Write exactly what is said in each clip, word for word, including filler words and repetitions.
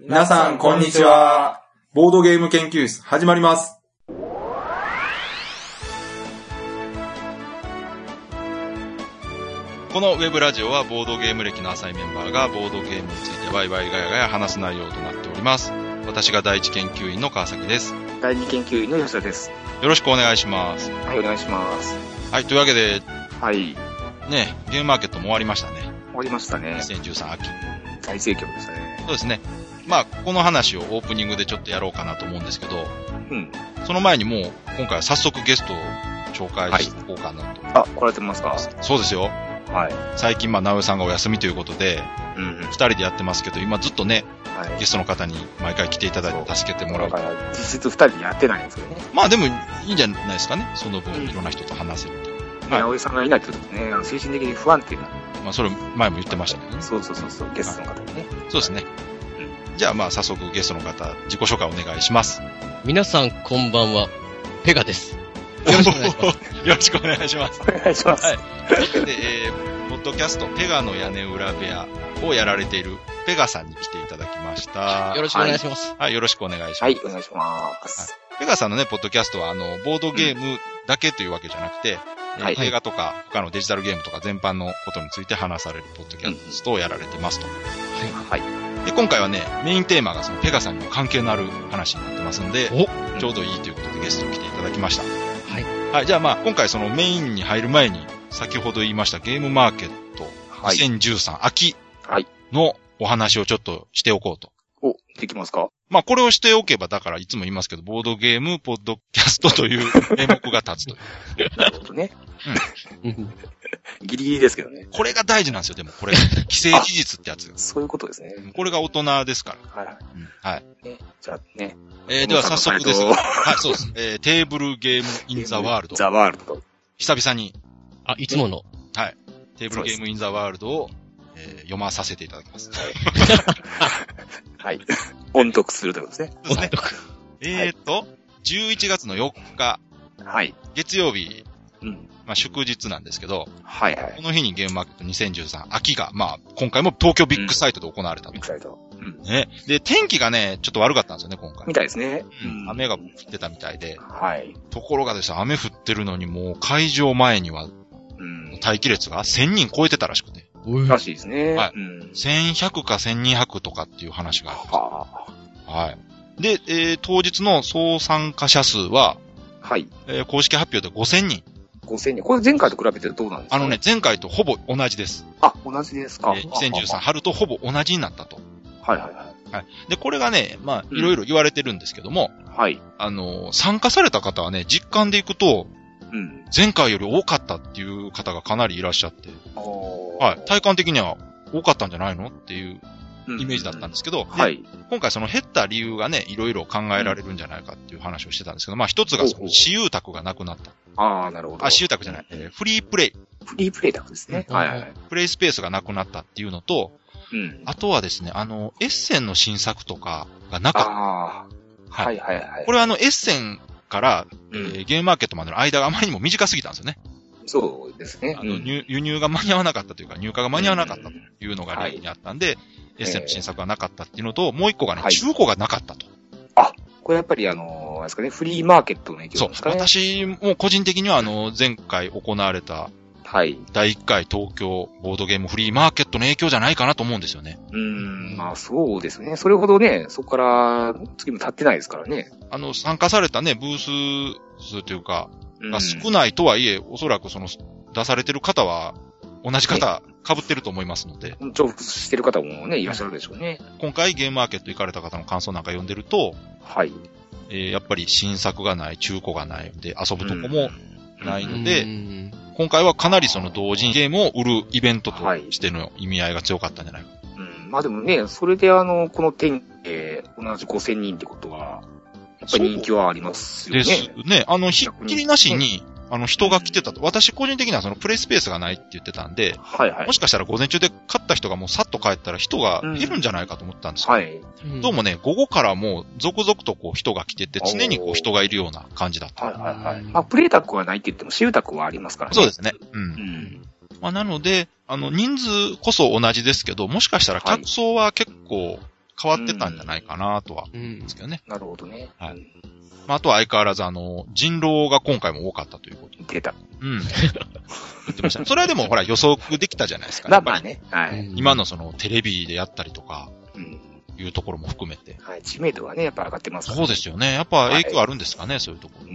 皆さん、こんにちは。ボードゲーム研究室、始まります。 このウェブラジオはボードゲーム歴の浅いメンバーがボードゲームについてワイワイガヤガヤ話す内容となっております。私が第一研究員の川崎です。 第二研究員の吉田です。 よろしくお願いします。 はい、お願いします。 はい、というわけで、 はい。 ね、ゲームマーケットも終わりましたね。 終わりましたね。 にせんじゅうさん秋。 大盛況でしたね。 そうですね。まあ、この話をオープニングでちょっとやろうかなと思うんですけど、 うん。 その前にもう、今回は早速ゲストを紹介していこうかなと。 はい、あ、来られてますか？ そうですよ。 はい。 最近、まあ、直江さんがお休みということで、 うん、うん。 二人でやってますけど、今ずっとね、 はい、 ゲストの方に毎回来ていただいて助けてもらう。 だから、実質二人でやってないんですよね。 まあでも、いいんじゃないですかね。その分、いろんな人と話せると。 うん、はい。直江さんがいないとね、精神的に不安定な。 まあ、それ前も言ってましたけどね。 そうそうそうそう、ゲストの方にね。 そうですね。うん、じゃあ、まあ、早速ゲストの方、自己紹介お願いします。 皆さん、こんばんは。ペガです。よろしくお願いします。 よろしくお願いします。 お願いします。 はい。で、えー、ポッドキャスト、ペガの屋根裏部屋をやられているペガさんに来ていただきました。 よろしくお願いします。 はい、はい、よろしくお願いします。 はい、お願いします。 はい、ペガさんのね、ポッドキャストは、あの、ボードゲームだけというわけじゃなくて、うん、えー、映画とか、他のデジタルゲームとか全般のことについて話されるポッドキャストをやられてますと。 はい。はい。 で、今回はね、メインテーマがそのペガさんにも関係のある話になってますんで、ちょうどいいということでゲストに来ていただきました。 はい。 はい、じゃあまあ、今回そのメインに入る前に、先ほど言いましたゲームマーケットにせんじゅうさん秋のお話をちょっとしておこうと。 お、できますか？ まあ、これをしておけば、だからいつも言いますけど、ボードゲーム、ポッドキャストという名目が立つという。 なるほどね。 うん。 ギリギリですけどね。 これが大事なんですよ、でも、これ。既成事実ってやつ。 そういうことですね。 これが大人ですから。 はいはい。 うん、はい。 ね、じゃあね。 えー、では早速ですが。はい、そうです。えー、テーブルゲームインザワールド。 ザワールド。 久々に。 あ、いつもの。 はい。テーブルゲームインザワールドを、えー、読まさせていただきます。 はい。音読するということですね。 そうですね。えーと、じゅういちがつのよっか。 はい。 月曜日。 うん。 まあ、祝日なんですけど。 はいはい。 この日にゲームマーケットにせんじゅうさん秋が、まあ、今回も東京ビッグサイトで行われたと。 ビッグサイト。 うん。ね。で、天気がね、ちょっと悪かったんですよね、今回。 みたいですね。 うん。雨が降ってたみたいで。 はい。 ところがですね、雨降ってるのにもう会場前には、うん。待機列がせんにん超えてたらしくて。 らしいですね。 はい。うん、せんひゃくかせんにひゃくとかっていう話があります。はあ、はい。で、えー、当日の総参加者数は、 はい。 えー、公式発表でごせんにん。 ごせんにん。これ前回と比べてどうなんですか？ あのね、前回とほぼ同じです。 あ、同じですか。 えー、にせんじゅうさん春とほぼ同じになったと。 はいはいはい。 はい。で、これがね、まあ、いろいろ言われてるんですけども、 うん、はい。 あのー、参加された方はね、実感でいくと、 うん。 前回より多かったっていう方がかなりいらっしゃって、はい。体感的には多かったんじゃないのっていうイメージだったんですけど、うん、 はい。 今回その減った理由がね、いろいろ考えられるんじゃないかっていう話をしてたんですけど、まあ一つがその私有宅がなくなった。 ああ、なるほど。 あ、私有宅じゃない、えー、フリープレイ。 フリープレイ宅ですね。はいはい。 プレイスペースがなくなったっていうのと、うん。あとはですね、あの、エッセンの新作とかがなかった。ああ。はいはいはい。 これはあの、エッセンから、えー、ゲームマーケットまでの間があまりにも短すぎたんですよね。 そうですね。 あの、うん、輸入が間に合わなかったというか、入荷が間に合わなかったというのが例にあったんで、エッセンの新作がなかったっていうのと、もう一個がね、はい、中古がなかったと。 あ、これやっぱりあのー、ですかね、フリーマーケットの影響ですかね。 そう。私も個人的にはあの、前回行われた、 はい。 だいいっかい東京ボードゲームフリーマーケットの影響じゃないかなと思うんですよね。 うーん、まあそうですね。それほどね、そこから次も経ってないですからね。 あの、参加されたね、ブース数というか、が少ないとはいえ、おそらくその、出されてる方は、同じ方、被ってると思いますので。 重複してる方もね、いらっしゃるでしょうね。 今回ゲームマーケット行かれた方の感想なんか読んでると、 はい。 えー、やっぱり新作がない、中古がない、で、遊ぶとこもないので、今回はかなりその同時にゲームを売るイベントとしての意味合いが強かったんじゃないか。 はい、うん。まあでもね、それであの、この点、えー、同じごせんにんってことは、やっぱり人気はありますよね。 ですね。あの、ひっきりなしに、あの、人が来てたと。私個人的にはそのプレイスペースがないって言ってたんで、 はいはい。 もしかしたら午前中で買った人がもうさっと帰ったら人が減るんじゃないかと思ったんですよ。 はい。 どうもね、午後からもう続々とこう人が来てて、常にこう人がいるような感じだった。 はいはいはい。まあ、プレイタクはないって言っても、私有タクはありますからね。 そうですね。うん。 うん。 まあ、なので、あの、人数こそ同じですけど、もしかしたら客層は結構変わってたんじゃないかなとは思うんですけどね。 なるほどね。 はい。まあ、あとは相変わらずあの、人狼が今回も多かったということ。 出た。 うん。言ってました。それはでもほら予測できたじゃないですか。 まあまあね。はい。 今のそのテレビでやったりとか、 うん。 いうところも含めて。 はい。知名度はね、やっぱ上がってますからね。そうですよね。やっぱ影響あるんですかね、はい、そういうところ。うん。うん、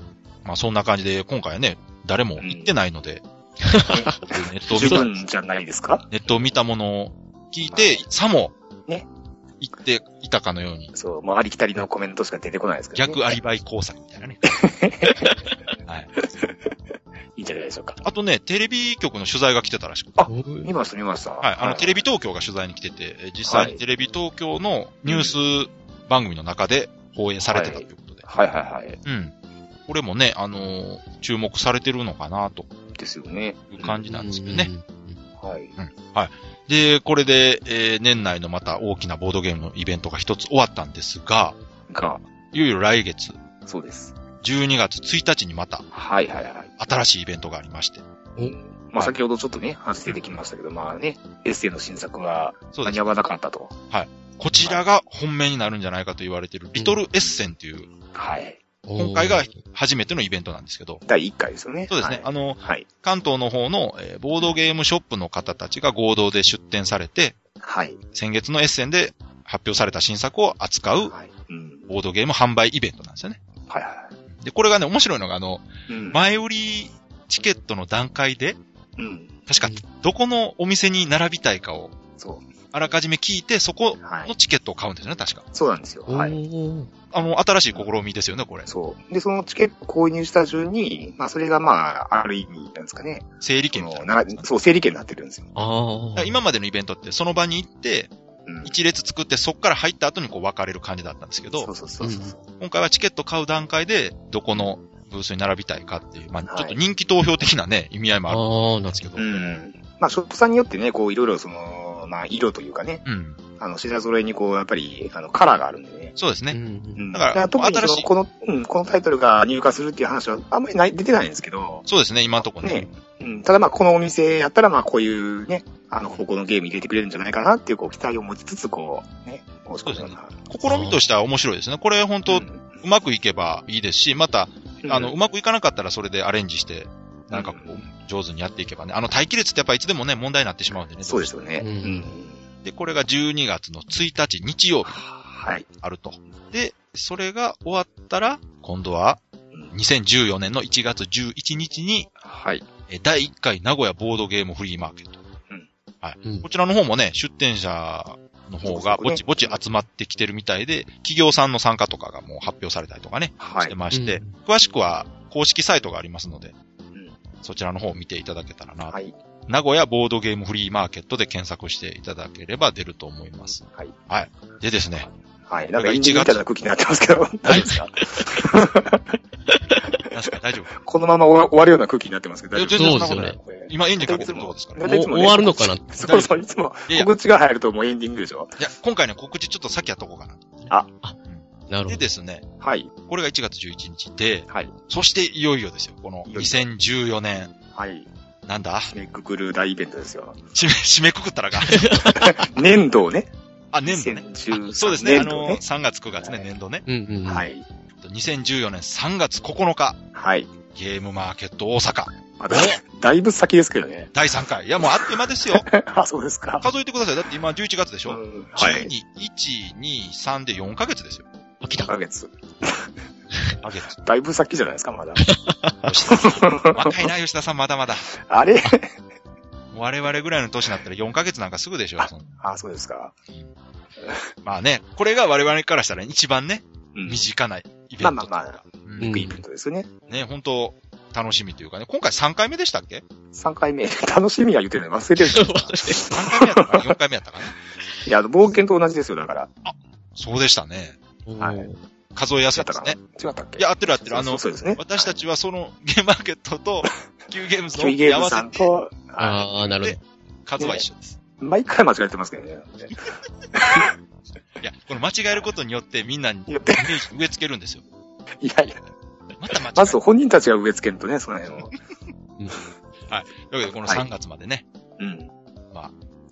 まあそんな感じで、今回はね、誰も行ってないので、 うん、ネットを見た。十分じゃないですか？ ネットを見たものを聞いて、まあ、さも、 ね。 言っていたかのように。 そう、もうありきたりのコメントしか出てこないですけどね。 逆アリバイ工作みたいなね。はい。 いいんじゃないでしょうか。 あとね、テレビ局の取材が来てたらしくて。 あ、見ました見ました。 はい。あの、はい、テレビ東京が取材に来てて、実際にテレビ東京のニュース番組の中で放映されてたということで。 はい、はい、はいはい。 うん。これもね、あのー、注目されてるのかなと。 ですよね。 いう感じなんですけどね。 はい。 うん。はい。で、これで、えー、年内のまた大きなボードゲームのイベントが一つ終わったんですが、 が、 いよいよ来月。 そうです。 じゅうにがつついたちにまた、 はいはいはい。 新しいイベントがありまして。 うん、まあ先ほどちょっとね、話出てきましたけど、まあね、エッセイの新作が間に合わなかったと。 はい。こちらが本命になるんじゃないかと言われている、リトルエッセンっていう、 はい。 今回が初めてのイベントなんですけど。 だいいっかいですよね。 そうですね。はい、あの、 はい、 関東の方の、えー、ボードゲームショップの方たちが合同で出展されて、 はい。 先月のエッセンで発表された新作を扱う、はい、うん、ボードゲーム販売イベントなんですよね。 はいはい。 で、これがね、面白いのが、あの、うん、前売りチケットの段階で、 うん、 確か、どこのお店に並びたいかを、 そう。 あらかじめ聞いて、そこのチケットを買うんですよね、確か。 そうなんですよ。はい。 あの、新しい試みですよね、これ。 そう。で、そのチケット購入した順に、まあ、それがまあ、ある意味、なんですかね。 整理券みたいな。そう、整理券になってるんですよ。 ああ。今までのイベントって、その場に行って、うん、一列作って、そこから入った後にこう分かれる感じだったんですけど、 そうそうそうそう、うん。 今回はチケット買う段階で、どこのブースに並びたいかっていう、まあ、ちょっと人気投票的なね、意味合いもあるんですけど。 うん。まあ、ショップさんによってね、こう、いろいろその、まあ、色というかね。 うん。 あの、品揃えにこう、やっぱり、あの、カラーがあるんでね。 そうですね。うん。だから、から特にその、この、うん、このタイトルが入荷するっていう話は、あんまりない、出てないんですけど。 そうですね、今のところね。 ね。うん。ただまあ、このお店やったら、まあ、こういうね、あの、方向のゲーム入れてくれるんじゃないかなっていう、こう、期待を持ちつつ、こう、ね。 そうですね。試みとしては面白いですね。これ、本当、うん、うまくいけばいいですし、また、あの、うん、うまくいかなかったらそれでアレンジして、なんかこう、上手にやっていけばね。あの、待機列ってやっぱいつでもね、問題になってしまうんでね。 そうですよね。 うん。で、これがじゅうにがつのついたち日曜日。 はい。 あると。で、それが終わったら、今度は、にせんじゅうよねんのいちがつじゅういちにちに、 はい。 だいいっかい名古屋ボードゲームフリーマーケット。 うん。 はい。うん、こちらの方もね、出店者の方がぼちぼち集まってきてるみたいで、企業さんの参加とかがもう発表されたりとかね、はい、してまして、うん、詳しくは公式サイトがありますので、そちらの方を見ていただけたらな。はい。名古屋ボードゲームフリーマーケットで検索していただければ出ると思います。 はい。 はい。でですね。 はい。なんかいちがつみたいな空気になってますけど、大丈夫ですか？ 確かに大丈夫。 このまま終わるような空気になってますけど、大丈夫ですか？そうですよね。 今エンディングかけてるとこですからね。終わるのかな？ そうそう、いつも告知が入るともうエンディングでしょ？ いや、今回ね、告知ちょっと先やっとこうかな。 あ。 あ。なるほど。 でですね。 はい。 これがいちがつじゅういちにちで、 はい。 そしていよいよですよ。このにせんじゅうよねん。 はい。 なんだ？ 締めくくる大イベントですよ。 締め、締めくくったらか。 年度ね。 あ、年度ね。 にせんじゅうさんねんそうですね。あの、さんがつくがつね、はい、年度ね。 うんうん。 はい。 にせんじゅうよねんさんがつここのか。 はい。 ゲームマーケット大阪。 まだ、だいぶ先ですけどね。 だいさんかい。いや、もうあっという間ですよ。 あ、そうですか。 数えてください。だって今じゅういちがつでしょ。うん、 はい。 いち、に、さんでよんかげつですよ。 あ、来た。 よんかげつ。 あげつ。 だいぶ先じゃないですか、まだ。 若いな、吉田さん、まだまだ。 あれ我々ぐらいの年になったらよんかげつなんかすぐでしょ。 あ, あ、そうですか。 まあね、これが我々からしたら一番ね、うん、身近なイベント。 まあまあまあ、ビッグイベントですよね。 ね、本当楽しみというかね、今回さんかいめでしたっけ ? さん 回目。楽しみは言ってるの忘れてる。 さんかいめやったかな ?よん 回目やったかな。 いや、冒険と同じですよ、だから。 あ、そうでしたね。 はい。 数えやすかったですね。 違ったっけ？ いや、合ってる合ってる。あの、 そうですね。 私たちはそのゲームマーケットと、Q ゲームズの合ゲームさんと、 ああ、なるほど。 数は一緒です。 毎回間違えてますけどね。 いや、この間違えることによってみんなにイメージ植え付けるんですよ。 いやいや。 また間違えまず本人たちが植え付けんとね、その辺を。 はい。というわけで、このさんがつまでね。 はい、うん。 まあ、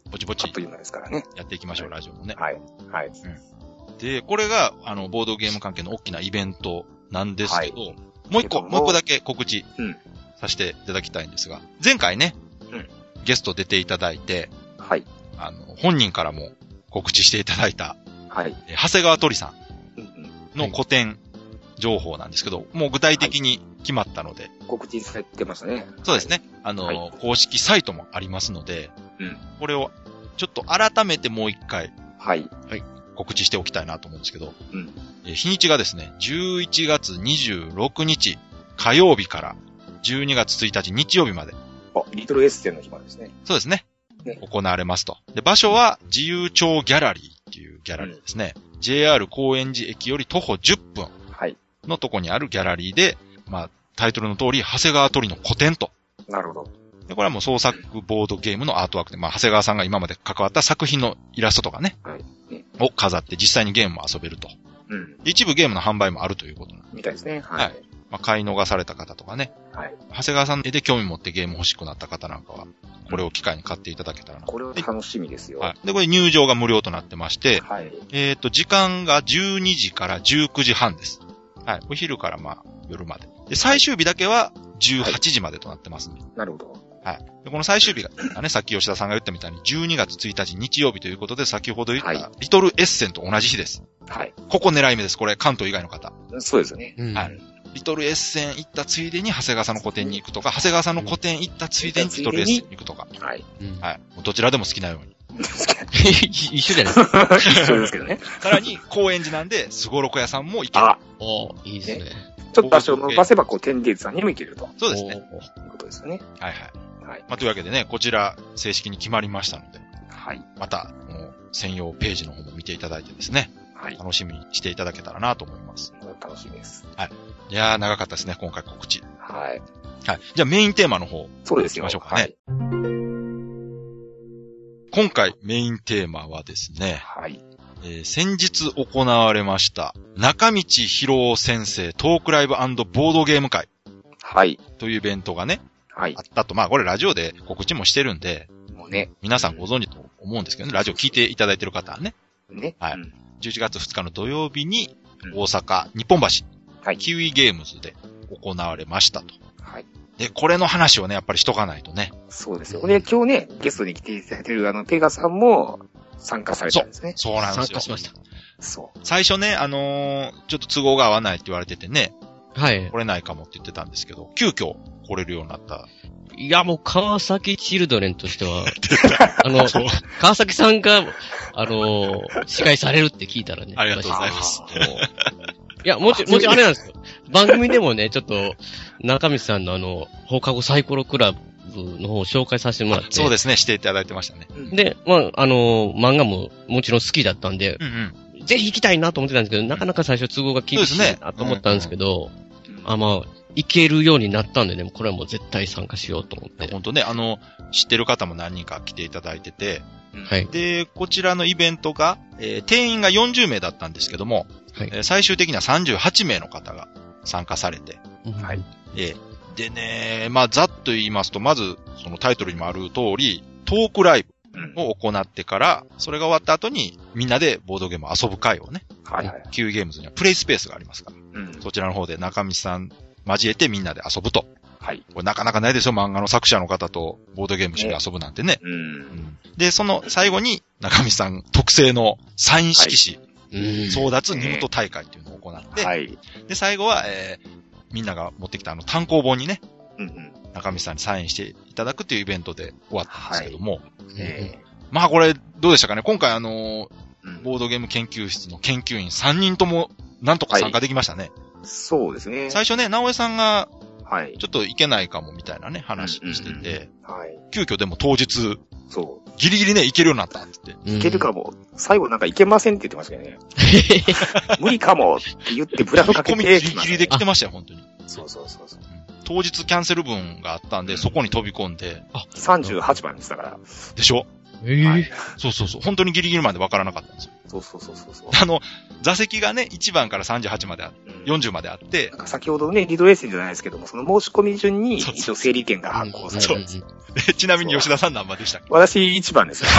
ぼちぼち。 あっという間ですからね。 やっていきましょう、ラジオもね。 はい。はい。 うん、で、これが、あの、ボードゲーム関係の大きなイベントなんですけど、はい、もう一個、もう一個だけ告知させていただきたいんですが、前回ね、うん、ゲスト出ていただいて、 はい。 あの、本人からも告知していただいた、 はい。 長谷川鳥さんの個展情報なんですけど、もう具体的に決まったので。はい、 告知されてましたね。 そうですね。あの、はい、公式サイトもありますので、 うん。 これをちょっと改めてもう一回、 はい。 はい。告知しておきたいなと思うんですけど、 うん。 え日にちがですね、じゅういちがつにじゅうろくにち火曜日からじゅうにがつついたち日曜日まで。 あ、リトルエッセンの日までですね。 そうですね。 ね、 行われますと。で、場所は自由町ギャラリーっていうギャラリーですね。うん、ジェイアール 高円寺駅より徒歩じゅっぷんのとこにあるギャラリーで、まあ、タイトルの通り、長谷川鳥の個展と。 なるほど。 で、これはもう創作ボードゲームのアートワークで、まあ、長谷川さんが今まで関わった作品のイラストとかね。 はい。ね、 を飾って実際にゲームも遊べると。 うん。 一部ゲームの販売もあるということなんみたいですね。はい。はい、 まあ、買い逃された方とかね。 はい。 長谷川さんの絵で興味持ってゲーム欲しくなった方なんかは、これを機会に買っていただけたらな。 これは楽しみですよ。 はい。で、これ入場が無料となってまして、 はい。 えっと、時間がじゅうにじからじゅうくじはんです。はい。お昼からまあ、夜まで。で、最終日だけはじゅうはちじまでとなってますんで。はい、 なるほど。 はい。で、この最終日がね、さっき吉田さんが言ったみたいにじゅうにがつついたち日曜日ということで、先ほど言った、リトルエッセンと同じ日です。 はい。 ここ狙い目です。これ、関東以外の方。 そうですよね。 はい。リトルエッセン行ったついでに長谷川さんの個展に行くとか、長谷川さんの個展行ったついでにリトルエッセンに行くとか。 はい。 はい。どちらでも好きなように。 一緒じゃないですか。 一緒ですけどね。 さらに、高円寺なんで、すごろく屋さんも行ける。 あ、 おいいですね。 ちょっと場所を伸ばせば、こう、天デーズさんにも行けると。 そうですね。 ということですよね。 はいはい。 はい。 まあ、というわけでね、こちら、正式に決まりましたので。 はい。 また、もう、専用ページの方も見ていただいてですね。 はい。 楽しみにしていただけたらなと思います。 楽しみです。 はい。いやー、長かったですね、今回告知。 はい。 はい。じゃあメインテーマの方。 そうですよ。 行きましょうかね。はい。今回メインテーマはですね。 はい。 えー、先日行われました、中道博夫先生トークライブ&ボードゲーム会。 はい。 というイベントがね。 はい。 あったと。まあ、これラジオで告知もしてるんで。 もうね。 皆さんご存知と思うんですけどね。ラジオ聞いていただいてる方はね。 ね。 はい。うん、じゅういちがつふつかの土曜日に、大阪、日本橋、はい、キウイゲームズで行われましたと。 はい。 で、これの話をね、やっぱりしとかないとね。 そうですよ。で、今日ね、ゲストに来ていただいてるあの、ペガさんも参加されたんですね。 そう、そうなんですよ。 参加しました。 そう。 最初ね、あのー、ちょっと都合が合わないって言われててね。 はい。 来れないかもって言ってたんですけど、急遽来れるようになった。 いや、もう、川崎チルドレンとしては、あの、川崎さんが、あの、司会されるって聞いたらね。 ありがとうございます。 いや、もちろん、もちろんあれなんですよ。番組でもね、ちょっと、中道さんのあの、放課後サイコロクラブの方を紹介させてもらって。 そうですね、していただいてましたね。 で、まあ、あの、漫画ももちろん好きだったんで、 うんうん、 ぜひ行きたいなと思ってたんですけど、なかなか最初都合が厳しいなと思ったんですけど、うんうん、あ、まあ、行けるようになったんでね、これはもう絶対参加しようと思って。 本当ね、あの、知ってる方も何人か来ていただいてて、 はい。 で、こちらのイベントが、えー、定員がよんじゅうめいだったんですけども、 はい、 えー、最終的にはさんじゅうはちめいの方が参加されて、 はい。 えー、でね、まあ、ざっと言いますと、まず、そのタイトルにもある通り、トークライブを行ってから、それが終わった後に、みんなでボードゲームを遊ぶ会をね、 はいはい。 キウイゲームズにはプレイスペースがありますから、 うん、 そちらの方で中道さん交えてみんなで遊ぶと。 はい。 これなかなかないですよ、漫画の作者の方とボードゲーム一緒に遊ぶなんてね。 うん。うん、 で、その最後に中道さん特製のサイン色紙、 はい、 争奪ニムト大会っていうのを行って、 はい。 で、最後は、えー、みんなが持ってきたあの単行本にね、 うんうん、 中道さんにサインしていただくっていうイベントで終わったんですけども、はい、 えー、 まあこれどうでしたかね、今回あのー、ボードゲーム研究室の研究員さんにんともなんとか参加できましたね。はい、 そうですね。 最初ね、直江さんが、 はい。 ちょっといけないかもみたいなね、話してて、 うんうんうん、はい。 急遽でも当日、 そう。 ギリギリね、いけるようになったって言って。 いけるかも。最後なんかいけませんって言ってましたよね。無理かもって言ってブラフかけて。 ギリギリで来てましたよ、本当に。 そうそうそうそう、うん。 当日キャンセル分があったんで、そこに飛び込んで。 あ、さんじゅうはちばんでしたから。 でしょえーはいそうそうそう。本当にギリギリまでわからなかったんですよ。 そうそうそうそうそう。 あの、座席がね、いちばんからさんじゅうはちまであ、 うんよんじゅうまであって、 なんか先ほどね、リードレースンじゃないですけども、その申し込み順にそうそう一応整理券が発行されそうるんです。 でちなみに吉田さん何番でしたっけ？ 私一番ですよ。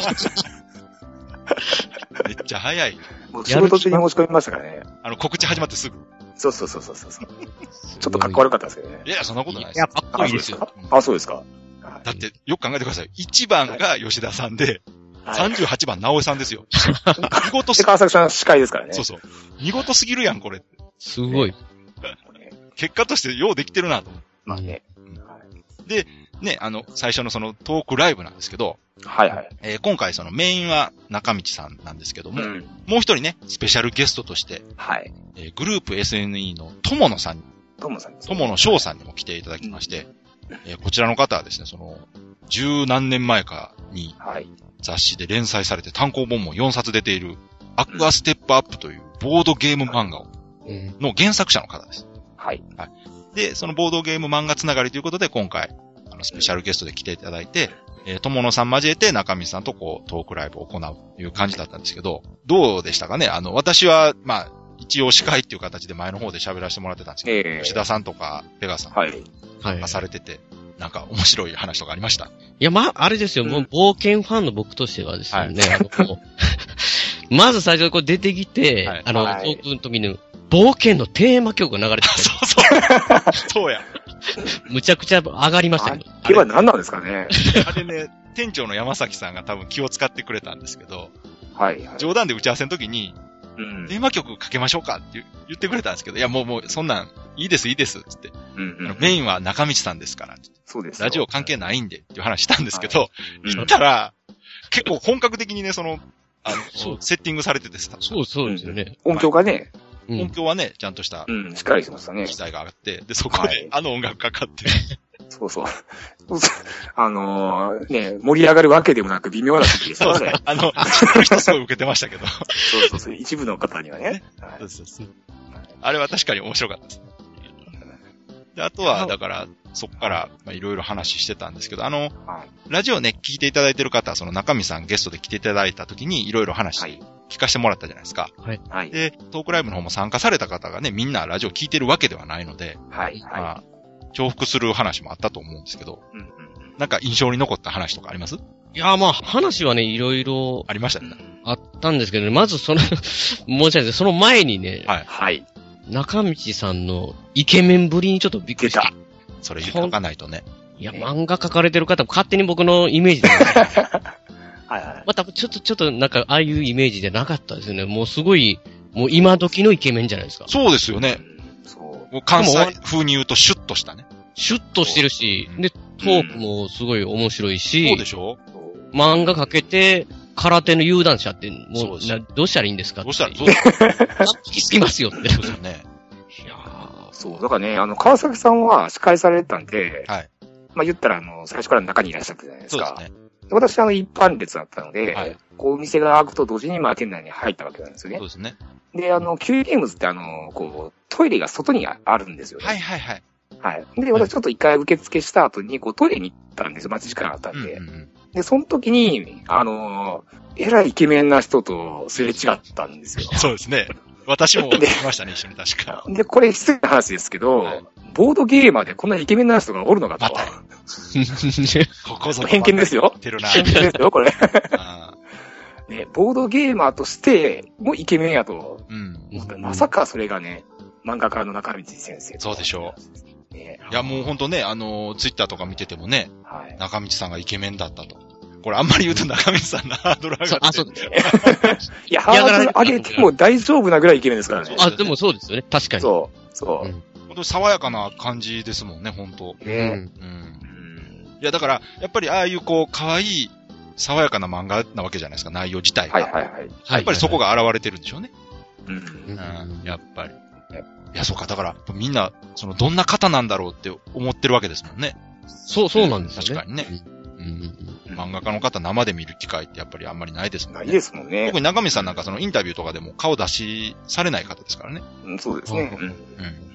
めっちゃ早い。 もう仕事中に申し込みましたからね。 あの、告知始まってすぐ。 そうそうそうそうそう。ちょっとかっこ悪かったですけどね。 いや、そんなことないですいや、。かっこいいですよ。 あ、そうですか。はいだって、よく考えてください。いちばんが吉田さんで、 はいさんじゅうはちばん直江さんですよ。見事ですぎ、 川崎さん司会ですからね。 そうそう。見事すぎるやん、これ。 すごい。 結果としてようできてるなと。 まあね。 ね、あの、最初のそのトークライブなんですけど、 はいはい。 えー今回そのメインは中道さんなんですけども、 うん。 もう一人ね、スペシャルゲストとして、 はい。 えーグループ エスエヌイー の友野さんに、 トモさんです。 友野翔さんにも来ていただきまして、えーこちらの方はですね、その、十何年前かにはい。 雑誌で連載されて単行本もよんさつ出ている、アクアステップアップというボードゲーム漫画をうんの原作者の方です。 はい。 で、そのボードゲーム漫画つながりということで今回、あの、スペシャルゲストで来ていただいて、えー、友野さん交えて中道さんとこう、トークライブを行うという感じだったんですけど、どうでしたかね？あの、私は、まあ、一応司会っていう形で前の方で喋らせてもらってたんですけど、 ええ吉田さんとかペガさんはい。 はい。 がされてて、なんか面白い話とかありました？ いや、まあ、あれですよ、 うんもう冒険ファンの僕としてはですね、あの、もうまず最初にこう出てきて、 はいあの、 はいトークの時に、冒険のテーマ曲が流れてて、 そうそう。そうや。 むちゃくちゃ上がりましたけど。 あれは何なんですかね。 あれね、店長の山崎さんが多分気を使ってくれたんですけど、 はいはい。 冗談で打ち合わせの時に、 うんテーマ曲かけましょうかって言ってくれたんですけど、いやもうもうそんなんいいですいいですつって、 うんうん。 メインは中道さんですから、 そうですよ。 ラジオ関係ないんでっていう話したんですけど、 うん言ったら、結構本格的にね、その、あそうの、セッティングされててさ、 そうそうですよね。 音響がね、 うん音響はね、ちゃんとしたうん、しっかりしてましたね。 機材があって、で、そこはいであの音楽かかって、 そうそう。そうそうあのー、ね、盛り上がるわけでもなく微妙な時でしたそうね。 あの、知ってる人すごい受けてましたけど、 そうそうそう。一部の方にはね。はいそうそうそうあれは確かに面白かったです。で、あとは、だから、そこから、まあ、いろいろ話してたんですけど、あの、 はいラジオね、聞いていただいてる方は、その中身さんゲストで来ていただいた時に、いろいろ話はい。 聞かせてもらったじゃないですか。 はい。 で、トークライブの方も参加された方がね、みんなラジオ聞いてるわけではないので、 はい。 まはあ、重複する話もあったと思うんですけど、 い。うんうんなんか印象に残った話とかあります？ いや、まあ、話はね、いろいろありましたね。 うん。 あったんですけどね、まずその、申し訳ないですけど、その前にね、 はい。 はい。 中道さんのイケメンぶりにちょっとびっくりした。 出た。 それ書かないとね。 いや、漫画描かれてる方も勝手に僕のイメージで、ね、 はいはい。 またちょっと、ちょっとなんか、ああいうイメージでなかったですよね。もうすごい、もう今時のイケメンじゃないですか。 そうですよね。 うんそう。 もう関西風に言うとシュッとしたね。 シュッとしてるしう、んで、トークもすごい面白いし、 そうでしょ？ そう漫画描けて、空手の有段者って、もう、 そうですなどうしたらいいんですかどうしたら、 ってそうです聞きすぎますよって。 そうですよね。 いやーそう。だからね、あの、川崎さんは司会されてたんで、 はい。 まあ言ったら、あの、最初から中にいらっしゃったじゃないですか。 そうですね。 私、あの、一般列だったので、 はいこう、お店が開くと同時に、まあ、店内に入ったわけなんですよねそう。ですね。 で、あの、キューゲームズって、あの、こう、トイレが外にあるんですよね。 はいはいはい。 はい。で、私ちょっと一回受付した後に、こう、トイレに行ったんですよ。待ち時間あったうんんで。 うんうん。 で、その時に、あのー、えらいイケメンな人とすれ違ったんですよ。 そうですね。私もで来ましたね、一緒に確か。 で、これ失礼な話ですけど、 はいボードゲーマーでこんなイケメンな人がおるのかと。 またここぞと偏見ですよ言ってるな。 偏見ですよ、これ。 あね、ボードゲーマーとしてもイケメンやと。 ーうん。 まさかそれがね、漫画家の中道先生。 そうでしょう。ね、 いや、もうほんとね、あの、ツイッターとか見ててもね、 はい。 中道さんがイケメンだったと。これあんまり言うと中道さんのハードル上がって。 あ、そうです。 いや、ハードル上げても大丈夫なぐらいイケメンですからね。 あ、でもそうですよね。確かに。 そう、そう。 うんほんと爽やかな感じですもんね、ほんと。 うね、 ん。 うん。 うんいや、だから、やっぱりああいうこう、可愛い、爽やかな漫画なわけじゃないですか、内容自体が。 はいはいはい。 やっぱりそこが現れてるんでしょうね。 うんうんうん、やっぱり。いや、そうか、だから、みんな、その、どんな方なんだろうって思ってるわけですもんね。 そう、そうなんですよね。 確かにね。 うんうん。 漫画家の方生で見る機会ってやっぱりあんまりないですもんね。 ないですもんね特。に中道さんなんかそのインタビューとかでも顔出しされない方ですからね。 うんそうですね。うんうん。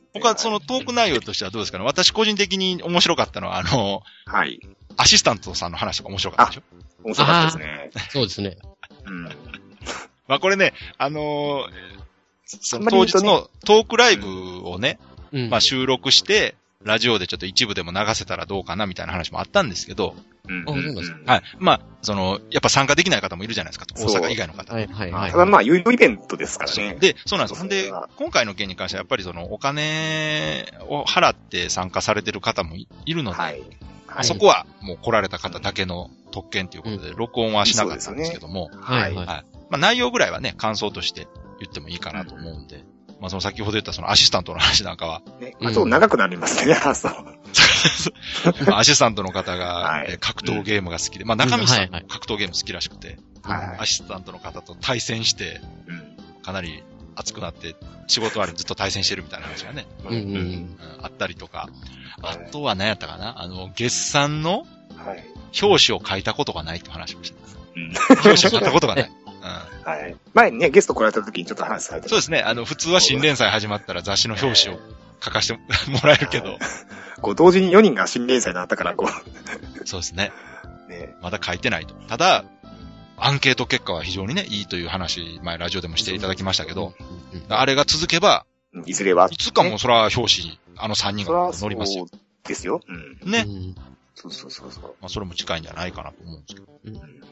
他そのトーク内容としてはどうですかね。私個人的に面白かったのは、あの、 はい。 アシスタントさんの話とか面白かったでしょ。 面白かったですね。 そうですね。 うん。 まあこれね、あのー、その当日のトークライブをね、うん、まあ収録して、ラジオでちょっと一部でも流せたらどうかなみたいな話もあったんですけど、 うん。 はい。まあ、その、やっぱ参加できない方もいるじゃないですか。大阪以外の方。 はいはいはい。 ただまあ、有料イベントですからね。 で、そうなんですよ。ほんで、今回の件に関してはやっぱりその、お金を払って参加されてる方もいるので、はい。はい、そこはもう来られた方だけの特権ということで、録音はしなかったんですけども、 うんはい、はい。 まあ、内容ぐらいはね、感想として言ってもいいかなと思うんで、うんまあその先ほど言ったそのアシスタントの話なんかは。 ね、まあ、ちょっと長くなりますね、そう。 アシスタントの方が、はい、格闘ゲームが好きで、まあ中身さん格闘ゲーム好きらしくて、はいはい、アシスタントの方と対戦して、うん、かなり熱くなって仕事終わりずっと対戦してるみたいな話がね、 うんうんうん、 あったりとか、あとは何やったかな、あの、月産の表紙を書いたことがないって話をしてた。うん、表紙を書いたことがない。うん、 はい。前にね、ゲスト来られた時にちょっと話されてそうですね。あの、普通は新連載始まったら雑誌の表紙を書かせてもらえるけど。 こう、同時によにんが新連載になったから、こう。 そうですね。ねまだ書いてないと。ただ、アンケート結果は非常にね、いいという話、前ラジオでもしていただきましたけど、あれが続けば、 いずれは、 いつかもそら表紙、あのさんにんが乗りますよ。 そうですよ。 うん、ね、 うん。そうそうそうそう。 まあ、それも近いんじゃないかなと思うんですけど。うん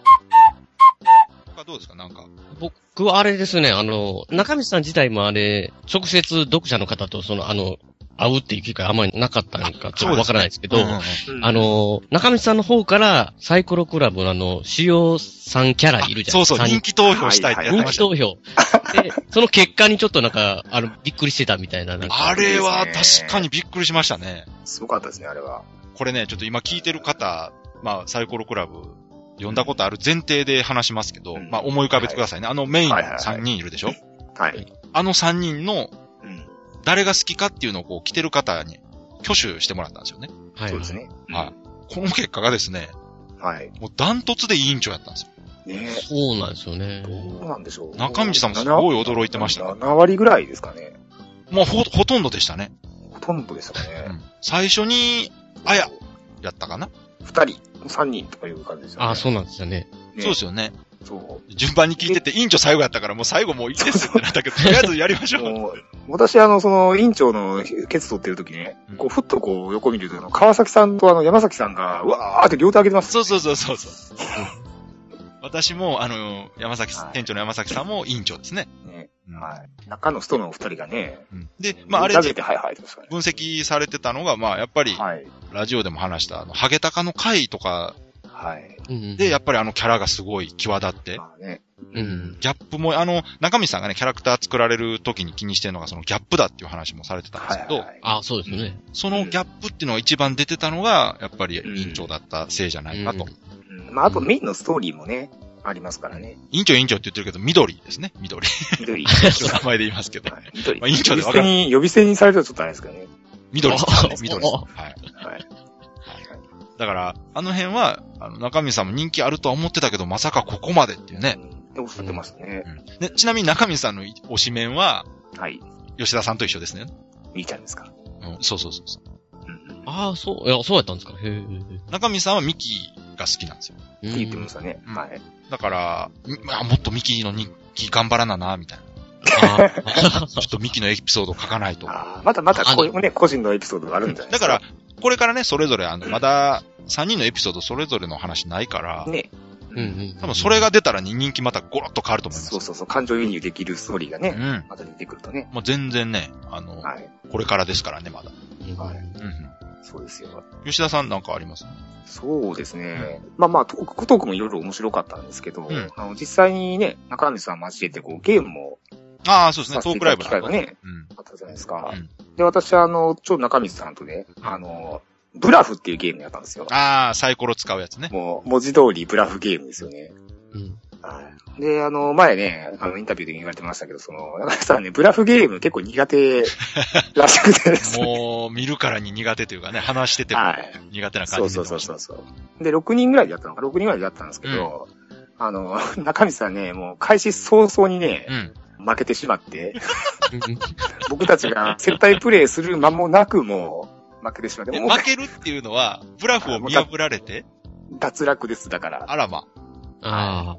どうですかなんか。 僕はあれですね、あの、中道さん自体もあれ、直接読者の方とその、あの、会うっていう機会あんまりなかったのかちょっとわからないですけど、ねうんうん、あの、中道さんの方からサイコロクラブのあの、主要さんキャラいるじゃないですか。 そうそう、人気投票したいってやってました。 人気投票。で、その結果にちょっとなんか、あの、びっくりしてたみたいな。なんかあれは確かにびっくりしましたね。 すごかったですね、あれは。 これね、ちょっと今聞いてる方、まあ、サイコロクラブ、読んだことある前提で話しますけど、うん、まあ思い浮かべてくださいね。はい、あのメインのさんにんいるでしょ、 はいはい、 あのさんにんの、誰が好きかっていうのをこう来てる方に挙手してもらったんですよね。 はい。そうですね。 はい。この結果がですね、 はい。 もうダントツで委員長やったんですよ。 ねそうなんですよね。 どうなんでしょう。 中道さんもすごい驚いてました。 ななわりぐらいですかね。 もうほ、ほとんどでしたね。 ほとんどですかね。うん、 最初に、あや、やったかな二人、三人とかいう感じですよね。 ああ、そうなんですよね。 ねそうですよね。 そう。 順番に聞いてて、委員長最後やったから、もう最後もういいですってなったけど、とりあえずやりましょう。もう私、あの、その、委員長のケツ取ってる時ね、うん、こう、ふっとこう、横見ると、川崎さんとあの、山崎さんが、うわーって両手上げてます、 ね。そうそうそうそうそう。私も、あの、山崎、はい、店長の山崎さんも委員長ですね。 ね。はい。中の人のお二人がね。 うん、で、まあ、あれ、 はいはい、 分析されてたのが、まあ、やっぱり、はい、ラジオでも話した、あの、ハゲタカの回とか、 はい。 で、やっぱりあのキャラがすごい際立って、 ねうん、ギャップも、あの、中道さんがね、キャラクター作られる時に気にしてるのがそのギャップだっていう話もされてたんですけど、はいはい、 あそうですね。 そのギャップっていうのが一番出てたのが、やっぱり委員長だったせいじゃないかと。 うんうんうん、まあ、あとメインのストーリーもね、ありますからね。 委員長委員長って言ってるけど、緑ですね、緑。 緑。 名前で言いますけど。はい、 緑。 まあ、委員長で分かる。呼び捨てに、呼び捨てにされるとちょっとあれですけどね。 緑ですね、緑です。はい。 はい。 だから、あの辺は、あの、中身さんも人気あるとは思ってたけど、まさかここまでっていうね。 うん、おっしゃってますね、 うんで。ちなみに中身さんの推しメンは、 はい。 吉田さんと一緒ですね。 みーちゃんですか。 うん、そうそうそうそう。 うん、ああ、そう、いや、そうやったんですか。へえ。 中身さんはミキが好きなんですよ。 って言ってましたね。はい。 だから、まあ、もっとミキの人気頑張らなな、みたいな。あちょっとミキのエピソード書かないと。 あまだまだこういうね、個人のエピソードがあるんじゃないですか。 だから、これからね、それぞれ、あの、まだ、さんにんのエピソードそれぞれの話ないから、 ね。 うんうん。 多分それが出たら人気またゴロッと変わると思います。 そうそうそう、感情輸入できるストーリーがね、うん。また出てくるとね。 もう全然ね、あの、はい、これからですからね、まだ。 はい。 うん。 そうですよ。 吉田さんなんかあります？ そうですね。うん、まあまあ、トークトークもいろいろ面白かったんですけど、うん、あの実際にね、中西さん交えてこうゲームも、 ああ、そうですね、トークライブ機会がね、 うん、 あったじゃないですか。 うん、 で、私あの、ちょうど中西さんとね、あの、ブラフっていうゲームやったんですよ。 ああ、サイコロ使うやつね。 もう、文字通りブラフゲームですよね。 うん。 はい。で、あの、前ね、あの、インタビューで言われてましたけど、その、中西さんね、ブラフゲーム結構苦手らしくてですね。 もう、見るからに苦手というかね、話してても苦手な感じで、 はい。そうそうそうそう。で、ろくにんぐらいでやったのか、ろくにんぐらいでやったんですけど、うん、あの、中西さんね、もう開始早々にね、うん負けてしまって。 僕たちが接待プレイする間もなくもう負けてしまって。 負けるっていうのは、ブラフを見破られて脱落です、だから。 あらま。 ああ。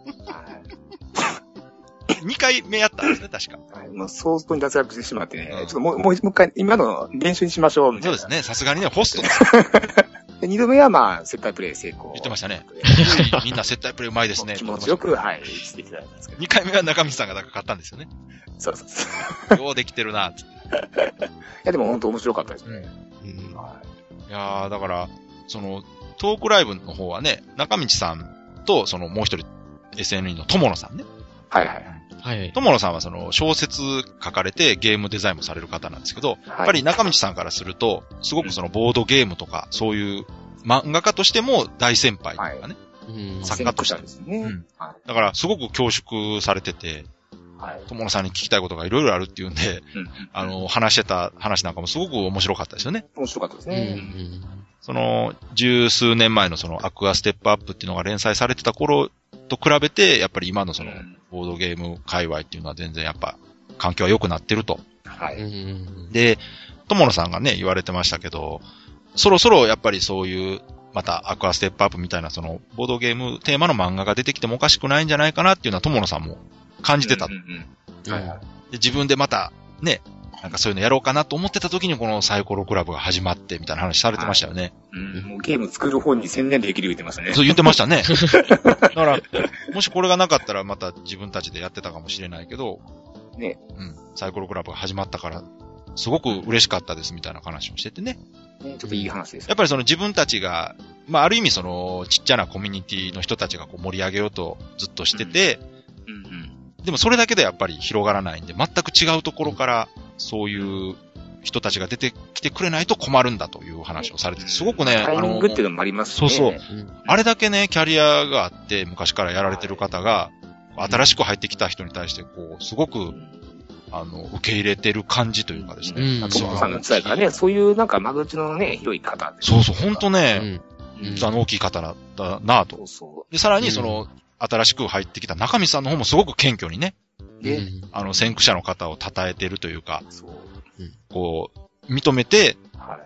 にかいめやったんですね、確か。 はい、もう相当に脱落してしまってね、うん、ちょっともう、もう一回、今の練習にしましょう、みたいな。 そうですね、さすがにね、ホストです。 で、二度目はまあ、接待プレイ成功。 言ってましたね。みんな接待プレイうまいですね。 気持ちよく、はい、していただいたんですけど。 二回目は中道さんがなんか買ったんですよね。 そうそうそう。 ようできてるな、つって。 いや、でも本当面白かったですね。 うん。うん、はい、いやー、だから、その、トークライブの方はね、中道さんと、そのもう一人、エスエヌイー の友野さんね。 はいはいはい。 はい。 友野さんはその小説書かれてゲームデザインもされる方なんですけど、はい、やっぱり中道さんからすると、すごくそのボードゲームとか、そういう漫画家としても大先輩とかね、 はい、 作家としてですね、うんはい。だからすごく恐縮されてて、はい、友野さんに聞きたいことがいろいろあるっていうんで、うん、あの、話してた話なんかもすごく面白かったですよね。 面白かったですね。うん、 その、十数年前のそのアクアステップアップっていうのが連載されてた頃と比べて、やっぱり今のその、ボードゲーム界隈っていうのは全然やっぱ、環境は良くなってると。 はい。 で、友野さんがね、言われてましたけど、そろそろやっぱりそういう、またアクアステップアップみたいなその、ボードゲームテーマの漫画が出てきてもおかしくないんじゃないかなっていうのは友野さんも感じてた。うんうんうん、はいはい。で、自分でまた、ね、なんかそういうのやろうかなと思ってた時にこのサイコロクラブが始まってみたいな話されてましたよね。 はい、うん、もうゲーム作る方に専念できる言ってましたね。 そう言ってましたね。だから、もしこれがなかったらまた自分たちでやってたかもしれないけど、 ね。 うん。サイコロクラブが始まったから、すごく嬉しかったですみたいな話をしててね。 ね、ちょっといい話です、ね。 やっぱりその自分たちが、まあある意味そのちっちゃなコミュニティの人たちがこう盛り上げようとずっとしてて、うんうんうん、でもそれだけでやっぱり広がらないんで、全く違うところからそういう人たちが出てきてくれないと困るんだという話をされてて、すごくね、 タイミングっていうのもありますね。そうそう。うん、あれだけね、キャリアがあって昔からやられてる方が、新しく入ってきた人に対してこう、すごく、あの、受け入れてる感じというかですね。 うん。トモさんの伝えからね、そういうなんか間口のね、広い方で。 そうそう、ほんとね、うん、あの大きい方だだなと。 そうそう。 で、さらにその、うん、新しく入ってきた中見さんの方もすごく謙虚にね、 で、 あの、先駆者の方を称えてるというか、 そう。 こう、認めて、 はい、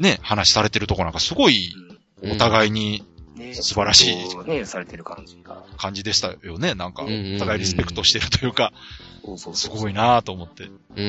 ね、話されてるとこなんかすごい、お互いに、素晴らしい、 うん、ね、されてる感じが。 感じでしたよね。なんか、お互いリスペクトしてるというか、 そうそうそうすごいなぁと思って。 うん。 うん。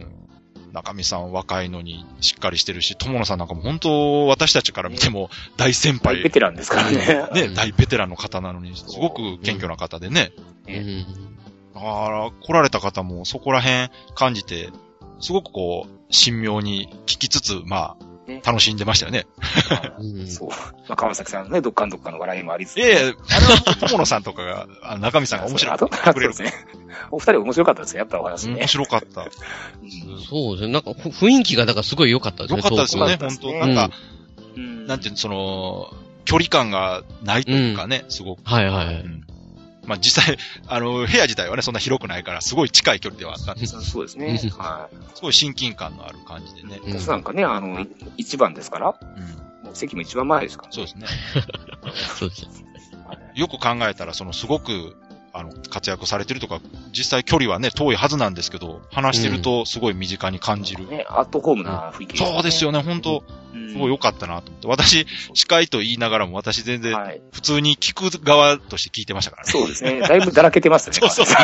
中見さん若いのにしっかりしてるし、友野さんなんかも本当私たちから見ても大先輩。 大ベテランですからね。 ね、大ベテランの方なのに、すごく謙虚な方でね。 うん。 だから来られた方もそこら辺感じて、すごくこう、神妙に聞きつつ、まあ、楽しんでましたよね。 そう。まあ、川崎さんのね、どっかんどっかの笑いもありつつ。 ええ、あれは友野さんとかが、あ中見さんが面白かった。くれるですね。お二人面白かったですね、やっぱお話ね。 面白かった。 そうですね。なんか雰囲気がだからすごい良かったですね。 良かったですよね、本当なんか、なんていうの、その、距離感がないというかね、すごく。 はいはい。 まあ実際、あの、部屋自体はね、そんな広くないから、すごい近い距離ではあったんです。 そうですね。はい。 すごい親近感のある感じでね。 私なんかね、あの、一番ですから、うん、席も一番前ですから。 そうですね。 そうです。 よく考えたら、そのすごく、あの、活躍されてるとか、実際距離はね、遠いはずなんですけど、話してるとすごい身近に感じる。 うん、ね、アットホームな雰囲気、 ね、そうですよね、本当すごい良かったなと思って。私、司会と言いながらも、私全然、普通に聞く側として聞いてましたからね。 そうですね。だいぶだらけてますね。 そうそうそう。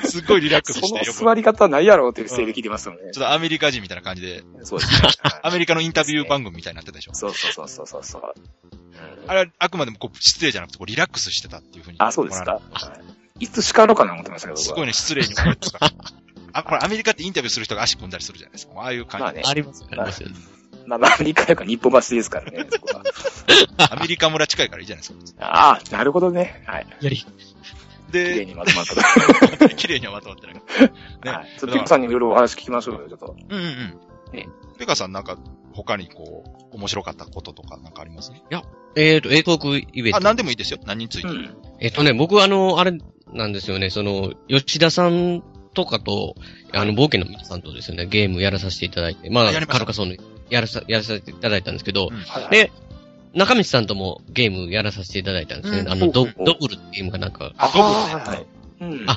すっごいリラックスして。 その座り方ないやろうっていう姿勢で聞いてますよね、うん。 ちょっとアメリカ人みたいな感じで。 そうですね。 アメリカのインタビュー番組みたいになってたでしょ。 そうそうそうそうそう。 あれはあくまでもこう失礼じゃなくてこうリラックスしてたっていうふうに。 あ、そうですか。いつ叱ろうかな思ってましたけど。 すごいね、失礼に思ってたから。あ、これアメリカってインタビューする人が足組んだりするじゃないですか。ああいう感じ。 まあね。ありますよね。 まあ、アメリカよりか日本橋ですからね、そこは。 アメリカ村近いからいいじゃないですか。 ああ、なるほどね。はい。 やり。 で、 綺麗にまとまった。 綺麗にはまとまってない。ね。 はい。ちょっとペカさんにいろいろお話聞きましょうよ、ちょっと。 うんうんうん。ね。ペカさんなんか、他にこう、面白かったこととかなんかありますね。 いや、えっと、英トークイベント。 あ、なんでもいいですよ。何について。うん、 えっとね、僕あの、あれなんですよね、その、吉田さんとかと、あの、冒険の皆さんとですね、ゲームやらさせていただいて、まあ、カルカソンの、やらさ、やらさせていただいたんですけど、うん、で、中道さんともゲームやらさせていただいたんですね。うん、あの、ド、ドブルっていうゲームがなんか。 あ、はいはい。 うん、あ、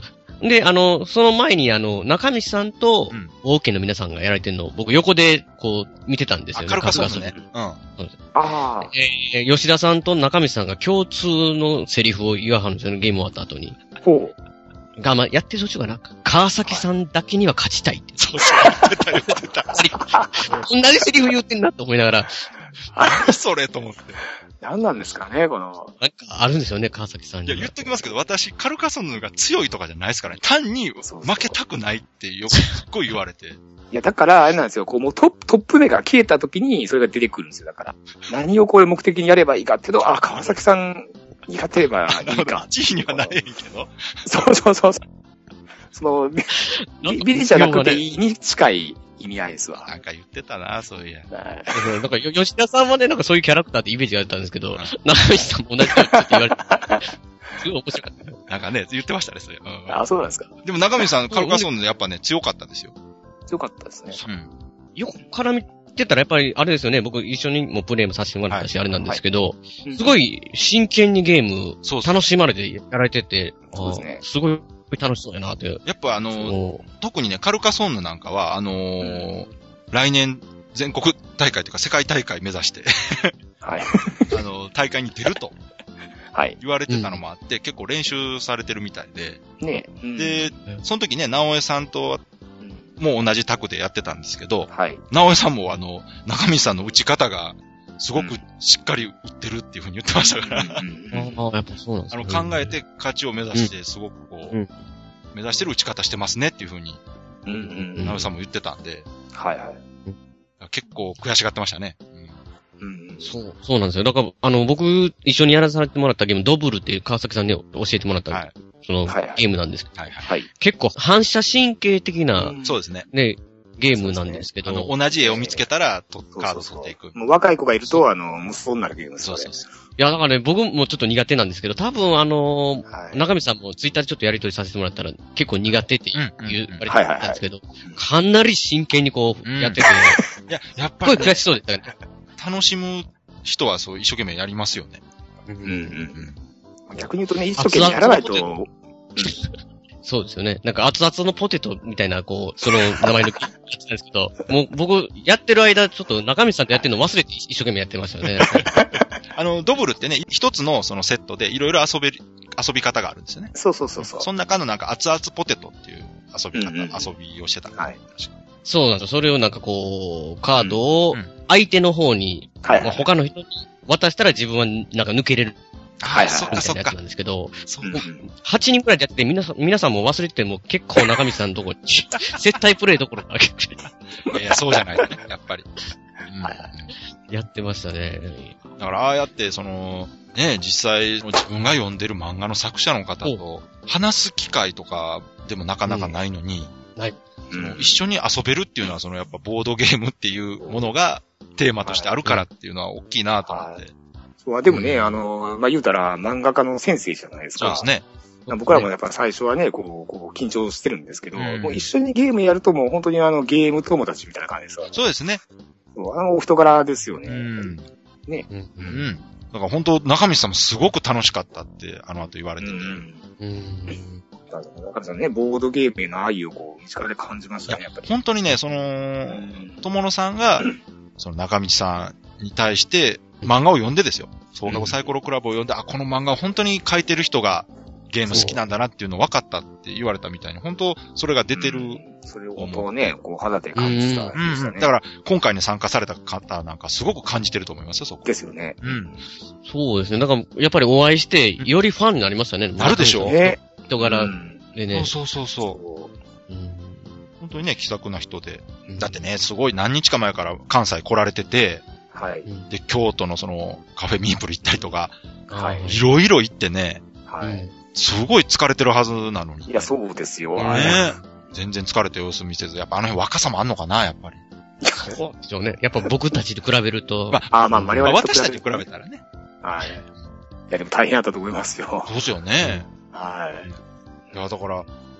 で、あの、その前に、あの、中道さんとうん、 オーケーの皆さんがやられてるのを、僕横で、こう、見てたんですあ、 よね。 カルカソンヌ春日ね。うん。 ああ。 えー吉田さんと中道さんが共通のセリフを言わはるんですよね、ゲーム終わった後に。 ほう。 が、まあ、やってる途中かな。川崎さんだけには勝ちたいって。 そうそう、言ってた言ってた。 同じセリフ言ってんなと思いながら、 何それと思って。 何なんですかね、この。 なんかあるんですよね、川崎さんには。 いや、言っときますけど、私、カルカソンヌが強いとかじゃないですからね。単にそうそう負けたくないってよく、すっごい言われて。 いや、だから、あれなんですよ。こう、もうトップ、トップ目が消えた時に、それが出てくるんですよ。だから。何をこれ目的にやればいいかっていうと、あ、川崎さんに勝てればいいか。 いちいにはなれへんけど。 そうそうそう。その、ビビリじゃなくていいに近い意味合いですわ。 なんか言ってたな、そういや。 はいそうなんか、よ吉田さんはね、なんかそういうキャラクターってイメージがあったんですけど、中道さんも同じことって言われて、すごい面白かった。 なんかね、言ってましたね、それ。うんあ、そうなんですか。 でも中身さん、カルカソンヌやっぱね、強かったですよ。 強かったですね。 うん。 横から見てたらやっぱり、あれですよね、僕一緒にもプレイもさせてもらったし、 はいあれなんですけど、 うんすごい真剣にゲーム、 そうそう。 楽しまれてやられてて、 そうですねあーすごい楽しそうやなって。 やっぱあの、 そう特にね、カルカソンヌなんかは、あのー来年、全国大会というか世界大会目指して、 はい。 あの、大会に出るとはい。 言われてたのもあって、結構練習されてるみたいで、 ねえ。うん、 で、その時ね、直江さんとうんもう同じタクでやってたんですけど、 はい。 直江さんもあの、中身さんの打ち方が、すごくしっかり打ってるっていうふうに言ってましたから、 うんうんうんああ、やっぱそうなんですあねの、考えて勝ちを目指して、すごくこう、 うん目指してる打ち方してますねっていうふうに、 うんうんうん直江さんも言ってたんで、 はいはい。 結構悔しがってましたね。うんうんうんそう、そうなんですよ。だから、あの、僕、一緒にやらさせてもらったゲーム、ドブルっていう川崎さんに教えてもらった、 はい。 その、 はいはいゲームなんですけど、 はいはい。 はい。 結構反射神経的な、 うんそうですね。 ね、ゲームなんですけど、 あの、同じ絵を見つけたら、とそうそうそうカード取っていく。 もう若い子がいると、あの、無双になるゲームですよねそうそうそう。 いや、だからね、僕もちょっと苦手なんですけど、多分あのーはい中身さんもツイッターでちょっとやりとりさせてもらったら、結構苦手って言ううんうんうん言われてたんですけど、 いはいかなり真剣にこう、 うんやってて、 いや、やっすごいぱり、 悔しそうでしたね。 楽しむ人はそう一生懸命やりますよね。 うんう。 うんん。 逆に言うとね、一生懸命やらないと、 熱々のそうですよね。なんか熱々のポテトみたいな、こう、その名前のやつなんですけど、もう僕、やってる間、ちょっと中身さんとやってるの忘れて一生懸命やってましたよね。 あの、ドブルってね、一つのそのセットでいろいろ遊べる、遊び方があるんですよね。 そうそうそうそう。 その中のなんか熱々ポテトっていう遊び方、 うんうん遊びをしてた。 はい。 そうなんですよ。それをなんかこう、カードをうんうん相手の方に、まあはいはい。 他の人に渡したら自分はなんか抜けれるはいはいそっかそっかみたいなやつな。んですけど、 そううんうんはちにんくらいでやってて、皆さん、皆さんも忘れてても結構中身さんのとこに、接待プレイどころかいやいや、そうじゃないね、やっぱり。うんはいはやってましたね。 だから、ああやって、その、ね、実際、自分が読んでる漫画の作者の方と話す機会とかでもなかなかないのに、 うん一緒に遊べるっていうのは、そのやっぱボードゲームっていうものがテーマとしてあるからっていうのは大きいなと思って。 そうでもね、あの、まあ、言うたら漫画家の先生じゃないですか。 そうですね。 僕らもやっぱ最初はね、こう、こう緊張してるんですけど、 うんもう一緒にゲームやるともう本当にあのゲーム友達みたいな感じですわ。 そうですね。 そうあのお人柄ですよね。 うん。 うんうん。だから本当、中道さんもすごく楽しかったって、あの後言われてて。 うん。 うんだからさね、ボードゲームへの愛をこう、身近で感じましたね、やっぱり。 本当にね、その、 うん友野さんが、その中道さんに対して漫画を読んでですよ。総合サイコロクラブを読んで、あ、この漫画を本当に書いてる人がゲーム好きなんだなっていうの分かったって言われたみたいに、本当それが出てる。 うんそれを本当ね、こう肌で感じたうんでしたね。 だから、今回に参加された方なんかすごく感じてると思いますよ、そこ。 ですよね。 うん。 そうですね。だから、やっぱりお会いして、よりファンになりましたね。 なるでしょうね。 人柄うんでね。 そうそうそうそう。 そううん本当にね、気さくな人で。だってね、すごい何日か前から関西来られてて、 はい。 うんで、京都のそのカフェミープル行ったりとか、 はいいろいろ行ってね、 はい。 うんすごい疲れてるはずなのに。 いや、そうですよ。 ね全然疲れた様子見せず、やっぱあの辺若さもあんのかな、やっぱり。 そうでしょうね。やっぱ僕たちと比べると、 まあ、まあ、我まあ 々と私たちに比べたらね。 はい。いや、でも大変だったと思いますよ。 そうですよね。 はい。 いや、だから、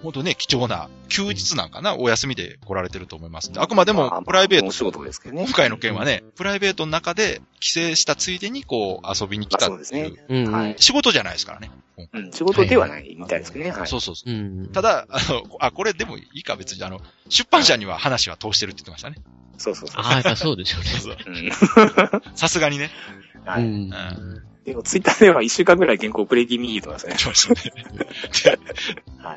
本当ね、貴重な休日なんかな、お休みで来られてると思いますんで、あくまでもプライベート、 お仕事ですけどね。 今回の件はね、プライベートの中で帰省したついでにこう遊びに来たっていう。 そうですね。 うん。 はい。 仕事じゃないですからね。 うん、仕事ではないみたいですけどね。はい。 そうそうそう。 うん。 ただ、あの、あ、これでもいいか別に、あの、出版社には話は通してるって言ってましたね。 そうそうそう。 ああ、やっぱそうですよね。 そうそううん。 さすがにね。 はい。 うん。 うんでも、ツイッターではいっしゅうかんぐらい原稿遅れ気味言うとますね。 来ましたね。 はい。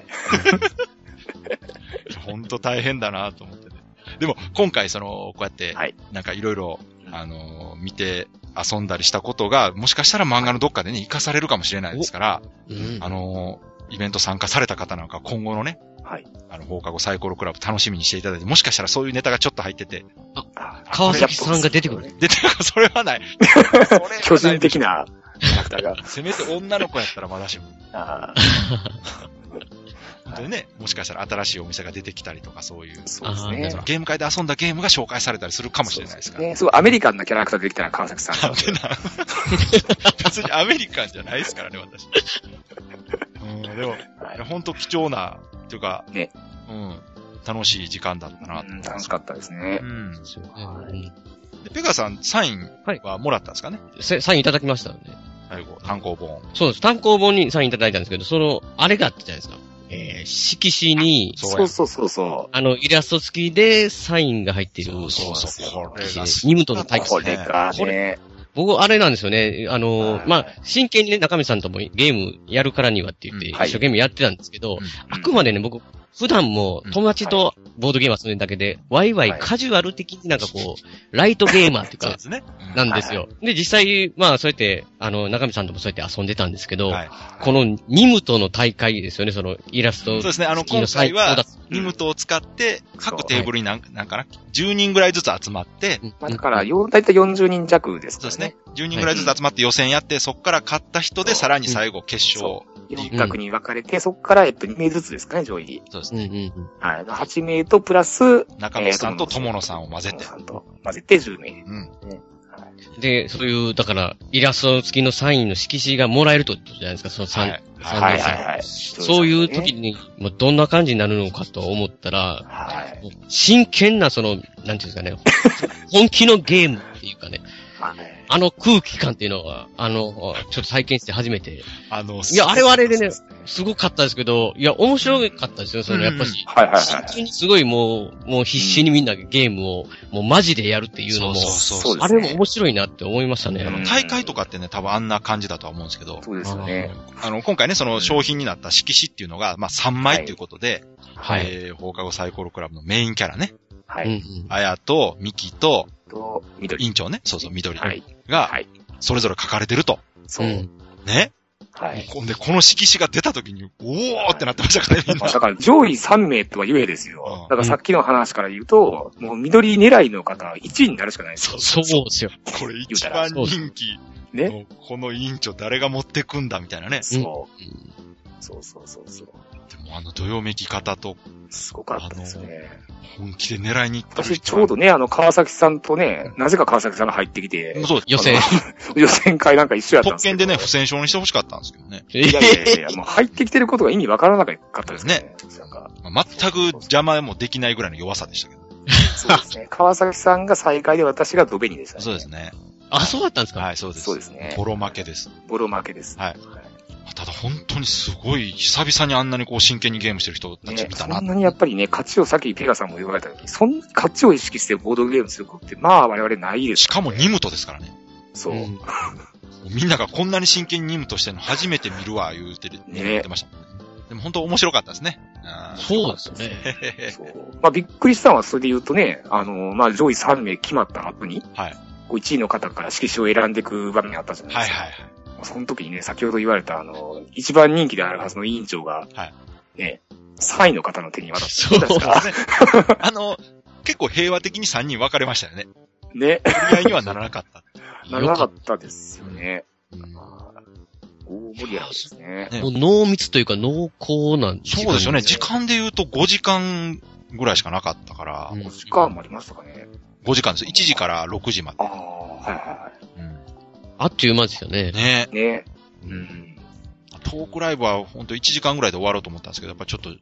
本当大変だなと思ってね。でも、今回その、こうやってはい、 なんかいろいろ、あの、見て遊んだりしたことが、もしかしたら漫画のどっかでね、活かされるかもしれないですから、 うん。 あの、イベント参加された方なんか今後のね、 はい。 あの、放課後サイコロクラブ楽しみにしていただいて、もしかしたらそういうネタがちょっと入ってて、 あ川崎さんが出てくる。 出て、それはない。それはない巨人的なキャラクターが。 せめて女の子やったらまだしも。 あ本当にね、もしかしたら新しいお店が出てきたりとかそういう、 そうですあねその。ゲーム会で遊んだゲームが紹介されたりするかもしれないですから。 ね、すごいアメリカンなキャラクターでできたら川崎さん。 なんでな。別にアメリカンじゃないですからね、私。うん、でも、 はい本当貴重な、というか、 ねうん、楽しい時間だったなとうん楽しかったですねう。ん。 そうねはいで、ペガさん、サインはもらったんですかね、 せサインいただきましたので。 最後、単行本。 そうです。単行本にサインいただいたんですけど、その、あれがあったじゃないですか。えー、色紙に、 そうそうそうそうそあの、イラスト付きでサインが入っている。 そうそうそう、これがニムトのう。 タイプこれがね。 僕、あれなんですよね。あのは、いまあ、真剣にね、中身さんともゲームやるからにはって言って、 うんはい一生懸命やってたんですけど、 うんあくまでね、僕、普段も友達とボードゲーム遊んでるだけで、ワイワイカジュアル的になんかこう、ライトゲーマーっていうかそうで、すね。 なんですよ。で、実際、まあ、そうやって、あの、中身さんともそうやって遊んでたんですけど、 はい。 このニムトの大会ですよね、そのイラスト。 そうですね、あの、 付き今回はサイトだ、 ニムトを使って、各テーブルになんなんかな、じゅうにんぐらいずつ集まって、 うんまあだから、よだいたいよんじゅうにん弱ですからねそうですね。。じゅうにんぐらいずつ集まって予選やって、そこから勝った人でさらに最後決勝。 よん角に分かれて、そこから、えっと、に名ずつですかね、上位。 そうですね。 うんうんうん。 はい。はち名と、プラス、 中本さんと友野さんを混ぜて。 さんと混ぜてじゅう名。 うん。 で、そういう、だから、イラスト付きのサインの色紙がもらえるってことじゃないですか、その三、 はい三はい名さんはいはい。 そういう時に、もうどんな感じになるのかと思ったら、 はい。 もう真剣な、その、なんていうんですかね、本気のゲームっていうかね、 はい。 あの空気感っていうのは、あの、ちょっと体験して初めて、 あの、 いや、あれはあれでね、すごかったですけど、いや、面白かったですよ、その、やっぱし。 はいはいはい真剣にすごいもう、もう必死にみんなゲームを、もうマジでやるっていうのも、 そうそうそうですあれも面白いなって思いましたね。 うん大会とかってね、多分あんな感じだとは思うんですけど、 そうですよね。 あの、今回ね、その商品になった色紙っていうのが、まあさんまいっていうことで、 はい。 えー、放課後サイコロクラブのメインキャラね、 うんうんはい。 あやと、ミキと、 と、緑。 委員長ね、そうそう、緑はい。 がは、い。 それぞれ書かれてると。 そうう。 んね。 はい。 ほんで、この色紙が出た時に、おーってなってましたからね、みんな。 まあだから上位さん名とはゆえですうんよ。だからさっきの話から言うと、もう緑狙いの方はいちいになるしかないですよ。 そうですよ。 これ一番人気ね。 の、この委員長誰が持ってくんだみたいなね。 そう。そうそうそうそう。 でもあの、どよめき方と、 すごかったですね。 本気で狙いに行った私ちょうどね、あの、川崎さんとね、なぜか川崎さんが入ってきて、 そう、 予選。 予選会なんか一緒やったんですけど。 特権でね、不戦勝にしてほしかったんですけどね。 いいやいやいやいや、もう入ってきてることが意味わからなかったですね。なんかまあ全く邪魔もできないぐらいの弱さでしたけど。 そうですね。川崎さんが最下位で私がドベニでしたね。 そうですね。 あ、そうだったんですか？ はい、そうです。 そうですねボロ負けです。 ボロ負けです。 はいただ本当にすごい、久々にあんなにこう真剣にゲームしてる人たちね見たな。 そんなにやっぱりね、勝ちをさっきペガさんも言われたように、そんな勝ちを意識してボードゲームすることって、まあ我々ないですしかもニムトですからね。 そう。 うんみんながこんなに真剣にニムトしてるの初めて見るわ、言うてる、 ね言ってました。でも本当面白かったですね。うんそうですよね。 そう。まあびっくりしたのはそれで言うとね、あの、まあ上位さん名決まった後に、 はい。 こういちいの方から色紙を選んでいく場面があったじゃないですか。 はいはいはい。 その時にね、先ほど言われたあの、一番人気であるはずの委員長が、 はいね、さんいの方の手に渡ってそう確かねあの、結構平和的にさんにん分かれましたよね。 ね、 取り合いにはならなかった。 ならなかったですよね。 うんまあ大盛り上がりですね。 ねもう濃密というか濃厚な時間そうですよね。時間で言うとごじかんぐらいしかなかったから、 うんごじかんもありましたかね。 ごじかんです。いちじからろくじまで。 ああ、はいはうんあっという間ですよね。 ねいはい。ね。うん。 トークライブはほんといちじかんぐらいで終わろうと思ったんですけど、やっぱちょっと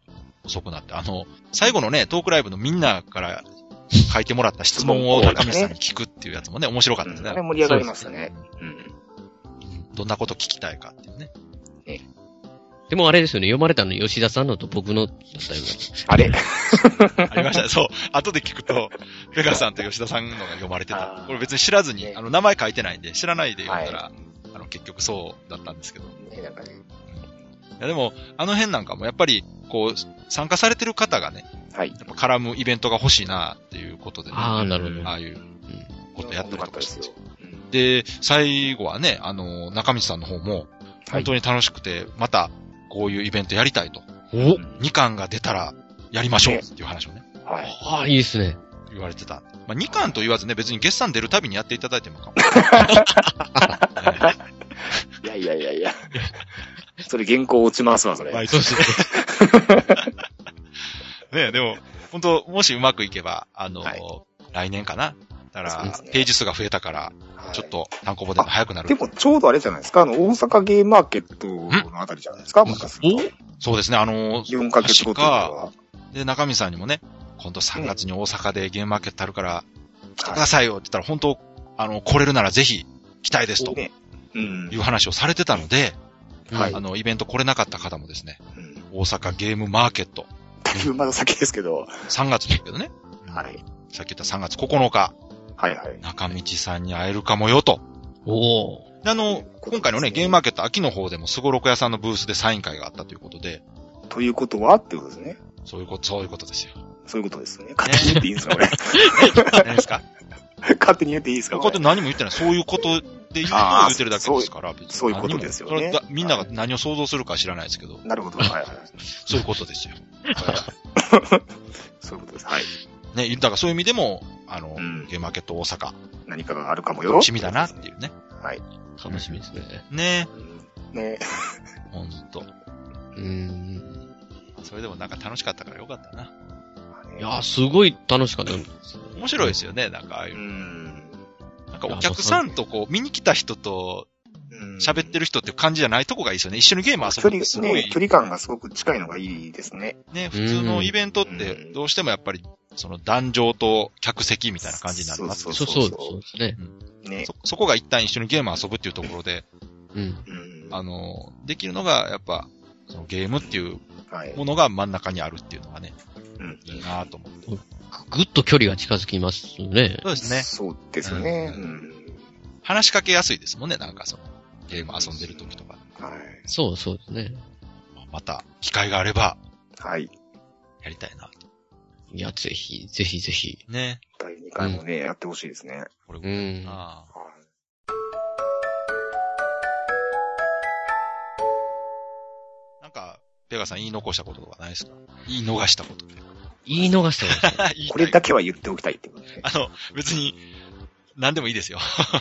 遅くなって、あの、最後のね、トークライブのみんなから書いてもらった質問を中道さんに聞くっていうやつもね、面白かったですね。 あれ盛り上がりましたね。うん。 どんなこと聞きたいかっていうね。 ね。でもあれですよね、読まれたの吉田さんのと僕のだったよね。 あれありましたね。そう。後で聞くと、ペガさんと吉田さんのが読まれてた。これ別に知らずに、あの、名前書いてないんで、知らないで読んだら、はい、あの、結局そうだったんですけど。ね、なんかね。いやでも、あの辺なんかもやっぱり、こう、参加されてる方がね、はい。やっぱ絡むイベントが欲しいなっていうことで、ね、 ああ、なるほど。 ああいうことやったりとかして。で、最後はね、あの、中道さんの方も、本当に楽しくて、はい、また、こういうイベントやりたいと。おにかんが出たら、やりましょうっていう話をね。 はい。ああ、いいですね。 言われてた。まあ、にかんと言わずね、別に月産出るたびにやっていただいてもかも。 いやいやいやいや。それ原稿落ちますわ、それ。 毎年。ねえ、でも、本当もしうまくいけば、あの、はい、来年かな。だから、ね、ページ数が増えたから、ちょっと単行本でも早くなる。 でも、ちょうどあれじゃないですか、あの、大阪ゲームマーケットのあたりじゃないですか、もしかすると。 そうですね、あの、 よんかげつごとか。 で、中身さんにもね、今度さんがつに大阪でゲームマーケットあるから、来てくださいよって言ったら、本当、あの、来れるならぜひ来たいですと、ね、うん、いう話をされてたので、はい、あの、イベント来れなかった方もですね、うん、大阪ゲームマーケット。 まだ先ですけど。 さんがつですけどね。 はい。 さっき言ったさんがつここのか。 はいはい。 中道さんに会えるかもよと。 おお。 あの、今回のね、ゲームマーケット秋の方でもスゴロク屋さんのブースでサイン会があったということで。 ということはっていうことですね。 そういうこと、そういうことですよ。 そういうことですね。勝手に言っていいんですか、これ。 何ですか勝手に言っていいですかこれ何も言ってない。そういうことで言うと言ってるだけですから。 そう、そういうことですよね。 それみんなが何を想像するか知らないですけど。 なるほど。はいはい。 そういうことですよ。 そういうことです。はい。 ね、だからそういう意味でも、あの、うん、ゲームマーケット大阪。 何かがあるかもよ。 楽しみだなっていうね。 はい。 楽しみですね。 ねえ。ねえ。 ほんと。 うーん。 それでもなんか楽しかったからよかったな。 いやー、すごい楽しかった。 面白いですよね、なんかああいう。うん。なんかお客さんとこう、見に来た人と、喋ってる人って感じじゃないとこがいいですよね。一緒にゲーム遊ぶってすごい。 ね、距離感がすごく近いのがいいですね。 ね、普通のイベントってどうしてもやっぱり、その壇上と客席みたいな感じになりますけど。 そうそうそうですね。 うん、ねそ。そこが一旦一緒にゲーム遊ぶっていうところで、 うん。 あの、できるのがやっぱ、そのゲームっていうものが真ん中にあるっていうのがね、はい、いいなと思って。 ぐっと距離が近づきますね。 そうですね。 そうですよね。うん、 話しかけやすいですもんね、なんかその、ゲーム遊んでる時とか。 はい。 そうそうですね。 また、機会があれば、 はい。 やりたいなと。 いや、ぜひ、ぜひぜひ。 ね。 だいにかいもね、うん、やってほしいですね。 これ、うん。ああ。なんか、ペガさん言い残したこととかないですか？言い逃したことって。 言い逃したことこれだけは言っておきたいってことね。 あの、別に、何でもいいですよ。はい。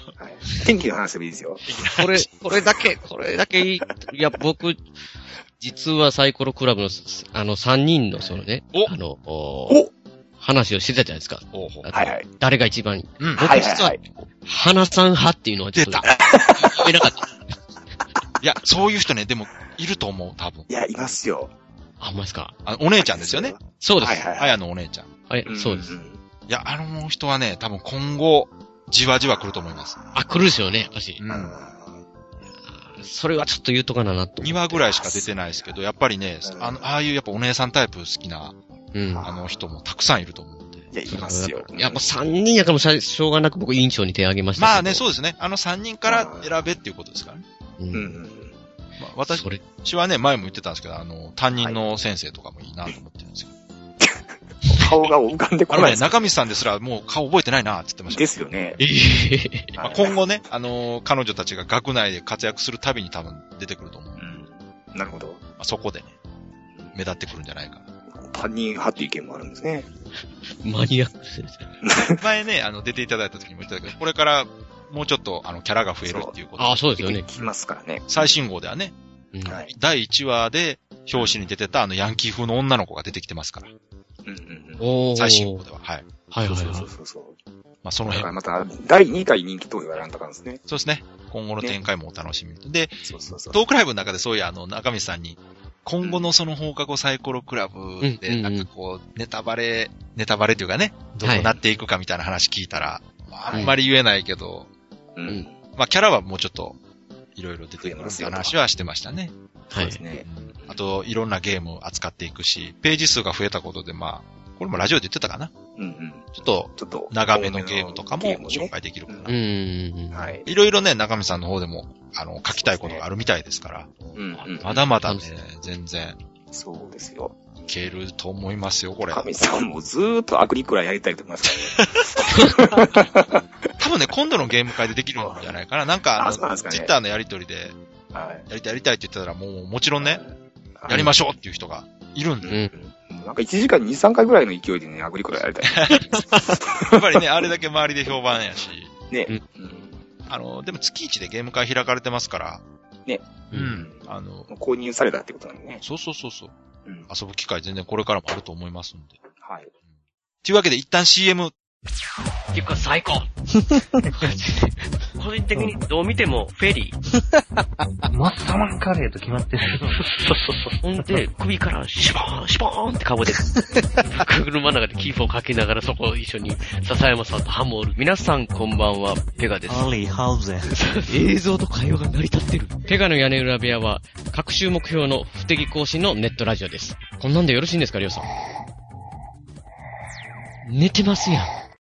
天気の話でもいいですよ。 これ、これだけ、これだけいい。いや、僕、実はサイコロクラブの、あの、三人のそのね、あの、お話をしてたじゃないですか。 おはいはい。 誰が一番、 うん、 僕実は、花さん派っていうのはちょっと、 出た。 言えなかった。 いや、そういう人ね、でも、いると思う、多分。 いや、いますよ。 あ、ほんまですか。 あお姉ちゃんですよね。 そうです。 はいはい。 あやのお姉ちゃん。 はい、そうです。いや、あの人はね、多分今後、じわじわ来ると思います。 あ、来るですよね、私。 うん。 それはちょっと言うとかななと。 にわぐらいしか出てないですけど、やっぱりね、あの、ああいうやっぱお姉さんタイプ好きな、うん、あの人もたくさんいると思うんで。 いや、いますよ。 いや、もうさんにんやからもしょうがなく僕委員長に手を挙げましたけど。 まあね、そうですね。あのさんにんから選べっていうことですからね。 うん。うん、 まあ、私はね、前も言ってたんですけど、あの、担任の先生とかもいいなと思ってるんですけど。 顔が浮かんでこない。あのね、 中道さんですらもう顔覚えてないなって言ってました。 ですよね。 えーまあ、今後ね、あのー、彼女たちが学内で活躍するたびに多分出てくると思う。 うん。なるほど。 まあ、そこでね、目立ってくるんじゃないかな。 担任派っていう意見もあるんですね。 マニアックですね。 前ね、あの、出ていただいた時にも言ってたけど、これからもうちょっと、あの、キャラが増えるっていうこと。 ああ、そうですよね。 来ますからね。 最新号ではね、うん、だいいちわで表紙に出てたあのヤンキー風の女の子が出てきてますから。 うんうんうん、 最新号では。はい。 はいはいはい。 そうそうそう。 まあその辺。 だからまた、だいにかい人気投票がやらんとかんですね。 そうですね。今後の展開もお楽しみに。ね、でそうそうそう、トークライブの中でそういうあの、中道さんに、 今後のその放課後サイコロクラブで、なんかこう、ネタバレ、ネタバレというかね、どうなっていくかみたいな話聞いたら、はい、あんまり言えないけど、うん、まあキャラはもうちょっと、いろいろ出てくるって話はしてましたね。 はいですね。 うん、あと、いろんなゲームを扱っていくし、ページ数が増えたことで、まあ、これもラジオで言ってたかな。うんうん。ちょっと、ちょっと、長めのゲームとかも紹介できるかな。うん。はい。いろいろね、中身さんの方でも、あの、書きたいことがあるみたいですから。うんうん。まだまだね、全然。 そうですよ。 いけると思いますよ、これ。 中身さんもずーっとアグリくらいやりたいと思いますからね。多分ね、今度のゲーム会でできるんじゃないかな。なんか、あの、ツイッターのやりとりで、はい。やりたいやりたいって言ってたら、もう、もちろんね、やりましょうっていう人がいるんで。うんなんかいちじかんに、さんかいぐらいの勢いでね、アグリコラやりたい。 やっぱりね、あれだけ周りで評判やし。 ね。うん。 あの、でも月一でゲーム会開かれてますから。 ね。 うん。あの、 購入されたってことなんでね。 そうそうそうそう。うん、遊ぶ機会全然これからもあると思いますんで。 はい。 というわけで一旦 シーエム。 っていうか最高個人的にどう見てもフェリー。 マッサマンカレーと決まってる。 そうそうそう。ほんで、首からシュボーン、シュボーンって顔で、車の中でキープをかけながらそこを一緒に笹山さんとハモる。皆さんこんばんは、ペガです。 アリーハウゼン。 映像と会話が成り立ってる。ペガの屋根裏部屋は、各週目標の不適更新のネットラジオです。こんなんでよろしいんですか、りょうさん。寝てますやん。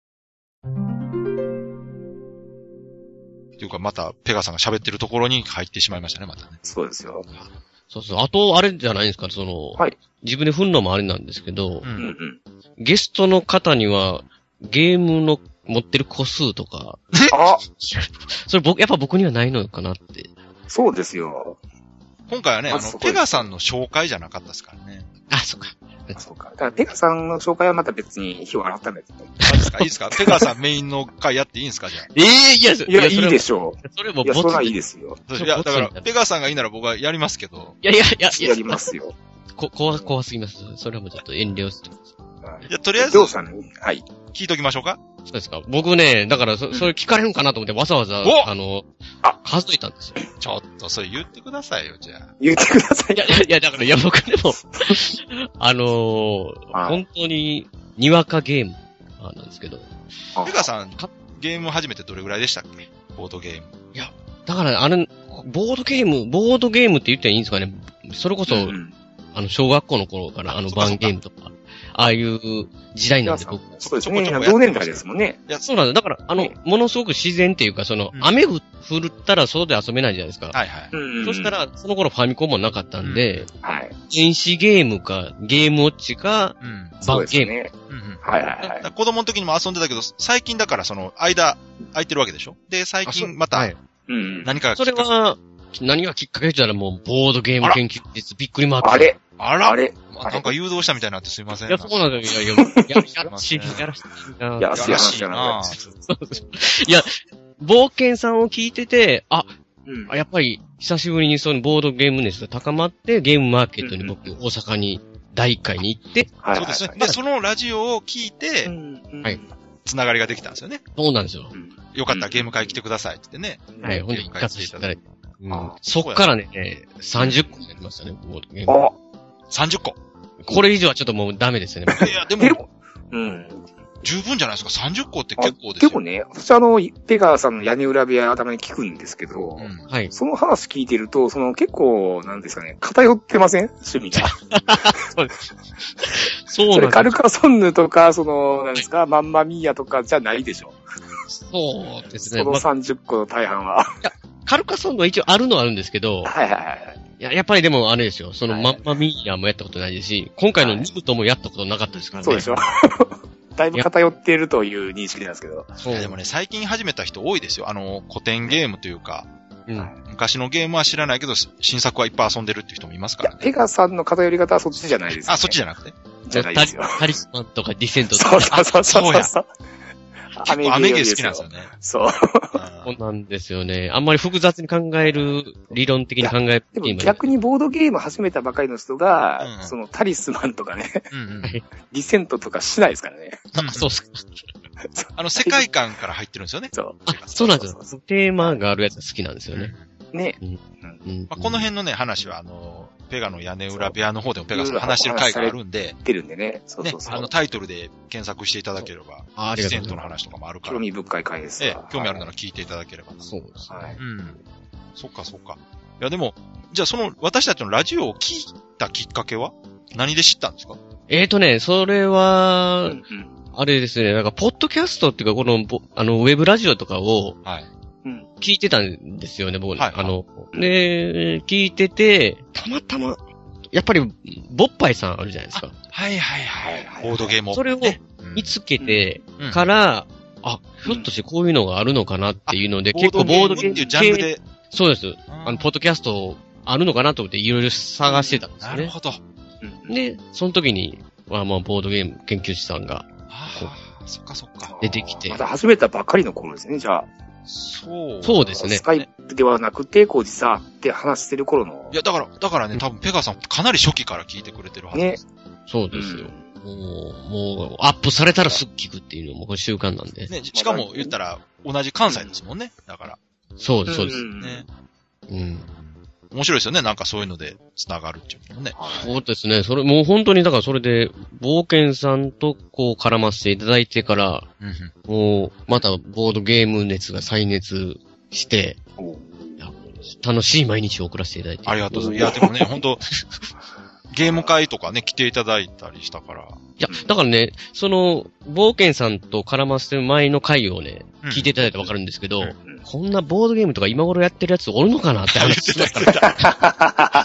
というか、また、ペガさんが喋ってるところに入ってしまいましたね、またね。 そうですよ。 そうそう。あと、あれじゃないですか、その、はい。自分で振るのもあれなんですけど、うんうん、ゲストの方には、ゲームの持ってる個数とか、あそれ僕、やっぱ僕にはないのかなって。 そうですよ。 今回はね、あの、ペガさんの紹介じゃなかったですからね。 あ、そっか。 そうか。だから、ペガさんの紹介はまた別に日を改めて。 いいですかいいですかペガさんメインの回やっていいんですかじゃあ。 ええー、いや、 いや、いいでしょう。 それもいや、それはいいですよ。 いや、だから、ペガさんがいいなら僕はやりますけど。 いやいやいや、 やりますよ。 こ、怖、怖すぎます。それはもうちょっと遠慮してます。 いや、とりあえず、 りょうさんに、はい。 聞いときましょうかそうですか。僕ね、だから、そ、それ聞かれるんかなと思ってわざわざ、あの、あ、数えたんですよ。 ちょっと、それ言ってくださいよ、じゃあ。 言ってください。 いや、いや、いや、だから、いや、僕でも、あのー、本当に、にわかゲームなんですけど。 ペガさん、ゲーム始めてどれぐらいでしたっけボードゲーム。 いや、だから、あれ、ボードゲーム、ボードゲームって言っていいんですかね。それこそ、うん、あの、小学校の頃から、あの、バンゲームとか。ああいう時代なんで僕。 そうですね。同年代ですもんね。 いや、そうなんだ。だから、あの、ものすごく自然っていうか、その、雨降ったら外で遊べないじゃないですか。 はいはい。 そしたら、その頃ファミコンもなかったんで、はい。電子ゲームか、ゲームウォッチか、バンゲーム。 はいはいはい。 子供の時にも遊んでたけど、最近だからその、間、空いてるわけでしょで、最近また、何かがそれは、何がきっかけって言ったらもう、ボードゲーム研究室、びっくりマーク。 あれあらあれなんか誘導したみたいになってすいません。 いや、そうなんだよ。いや、いや、やらしい、やらしい。 やらしい話じゃない。いや、冒険さんを聞いてて、あ、うん、やっぱり、久しぶりにそのボードゲーム熱が高まって、ゲームマーケットに僕、うん、大阪にだいいっかいに行って、 はい、そうですね。で、そのラジオを聞いて、はい。つながりができたんですよね。 そうなんですよ。 よかったらゲーム会来てくださいって言ってね。 はい、ほんで、行かせていただいて。うん、そっからね、さんじゅっこやりましたね、ボードゲーム。 さんじゅっこ。 これ以上はちょっともうダメですね。 いや、でも、うん。十分じゃないですか。さんじゅっこって結構ですよ。 結構ね、私あの、ペガさんの屋根裏部屋頭に聞くんですけど、うん、はい。その話聞いてると、その結構、なんですかね、偏ってません趣味が。 そうです。そうなんです。それカルカソンヌとか、その、なんですか、マンマミーヤとかじゃないでしょ。 そうですね。 そのさんじゅっこの大半は。 いや、カルカソンヌは一応あるのはあるんですけど、 はいはいはい。 いや、やっぱりでもあれですよ。その、はい、マンマミーヤもやったことないですし、今回のニブトもやったことなかったですからね。 そうでしょ。だいぶ偏っているという認識なんですけど。 そう。でもね、最近始めた人多いですよ。あの、古典ゲームというか、うん、昔のゲームは知らないけど、新作はいっぱい遊んでるっていう人もいますからね。 ペガさんの偏り方はそっちじゃないですよ、ね。 あ、そっちじゃなくてじゃないですよ。 タリスマンとかディセントとか。 そうそうそうそうそう。 結構アメゲー好きなんですよね。 そう。 そうなんですよね。あんまり複雑に考える、理論的に考える。 でも逆にボードゲーム始めたばかりの人が、うん、そのタリスマンとかね、うんうん、リセントとかしないですからね。 あ、そうっすか。 あの、世界観から入ってるんですよね。 そう。 あ、そうなんですよ。テーマがあるやつが好きなんですよね。 ね。 うん、 まあ、この辺のね、話は、あの、ペガの屋根裏部屋の方でもペガさん話してる回があるんで、 出るんでね。そうそうそう。 ね、あの、タイトルで検索していただければ、アクセントの話とかもあるから。 興味深い回です。 ええ、興味あるなら聞いていただければ。 そうです。 はい。 うん。そっかそっか。いや、でも、じゃあその、私たちのラジオを聞いたきっかけは何で知ったんですか？ えーとね、それは、うんうん、あれですね、なんか、ポッドキャストっていうか、この、あの、ウェブラジオとかを、はい。聞いてたんですよね、僕。はい。あの、で、聞いてて、たまたま、やっぱり、ボッパイさんあるじゃないですか。 はいはいはい。ボードゲームを。 それを見つけてから、うん、あ、ひょっとしてこういうのがあるのかなっていうので、結構ボードゲームっていうジャンルで。そうです。あの、ポッドキャストあるのかなと思っていろいろ探してたんですよね。 なるほど。 で、その時に、まあまあ、ボードゲーム研究士さんが、 そっかそっか。 出てきて。 また始めたばっかりの頃ですね、じゃあ。 そう。 そうですね。 スカイプではなくて、こう実はって話してる頃の。 いや、だから、だからね、多分ペガさんかなり初期から聞いてくれてるはずです。ね。 そうですよ。うん、もう、もう、アップされたらすぐ聞くっていうのもこれ習慣なんで。 ね、しかも言ったら、同じ関西ですもんね。だから。 そうです、そうです。 ね。うん。面白いですよね。なんかそういうので繋がるっていうのもね。 そうですね。それ、もう本当に、だからそれで、冒険さんとこう絡ませていただいてから、うん、もう、またボードゲーム熱が再熱して、楽しい毎日を送らせていただいて。 ありがとうございます。いや、でもね、本当ゲーム会とかね、来ていただいたりしたから。いや、だからね、その、冒険さんと絡ませてる前の回をね、うん、聞いていただいてわかるんですけど、うん、こんなボードゲームとか今頃やってるやつおるのかなって話してたから。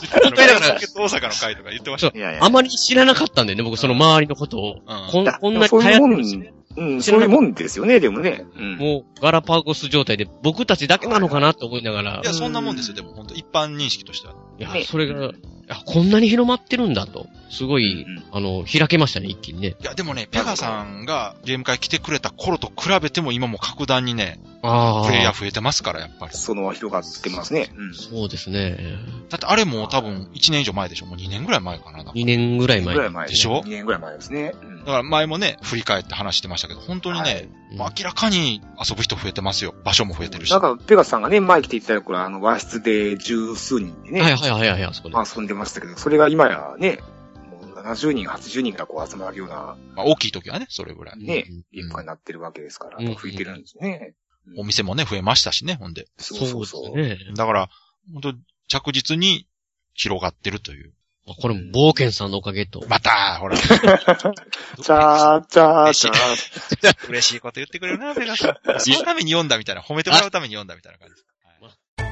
本当にだから、大阪の回とか言ってました。 いやいやあまり知らなかったんだよね、僕その周りのことを。うん、こんこんなに流行ってるしね。うん、そういうもんですよね、でもね。 うん、もう、ガラパゴス状態で僕たちだけなのかなと思いながら。 いや、そんなもんですよ、でも本当一般認識としては。 いや、それが、こんなに広まってるんだと。すごい、うん、あの、開けましたね、一気にね。 いや、でもね、ペガさんがゲーム会来てくれた頃と比べても今も格段にね、 あプレイヤー増えてますから、やっぱり。 その広がってますね。 うん、そうですね。 だってあれも多分いちねん以上前でしょ。もうにねんぐらい前かな。 にねんぐらい前。 ぐらい前でしょ ?に年ぐらい前ですね。 うん、だから前もね、振り返って話してましたけど、本当にね、はいうん、明らかに遊ぶ人増えてますよ。場所も増えてるし。 なんか、ペガさんがね、前来ていただいた頃、あの、和室で十数人でね。 はいはいはいはい、あそこで。 遊んでましたけど、それが今やね、もうななじゅうにん、はちじゅうにんがこう集まるような。 まあ大きい時はね、それぐらい。 ね、ゲーム会になってるわけですから、うん、増えてるんですね、 うん。お店もね、増えましたしね、ほんで。 そうそうそう。 ね、 だから、本当着実に広がってるという。 これも冒険さんのおかげと。 また、ほら。 チャーチャーチャー。 嬉しいこと言ってくれるな、ペガさん。そのために読んだみたいな、褒めてもらうために読んだみたいな感じ。はい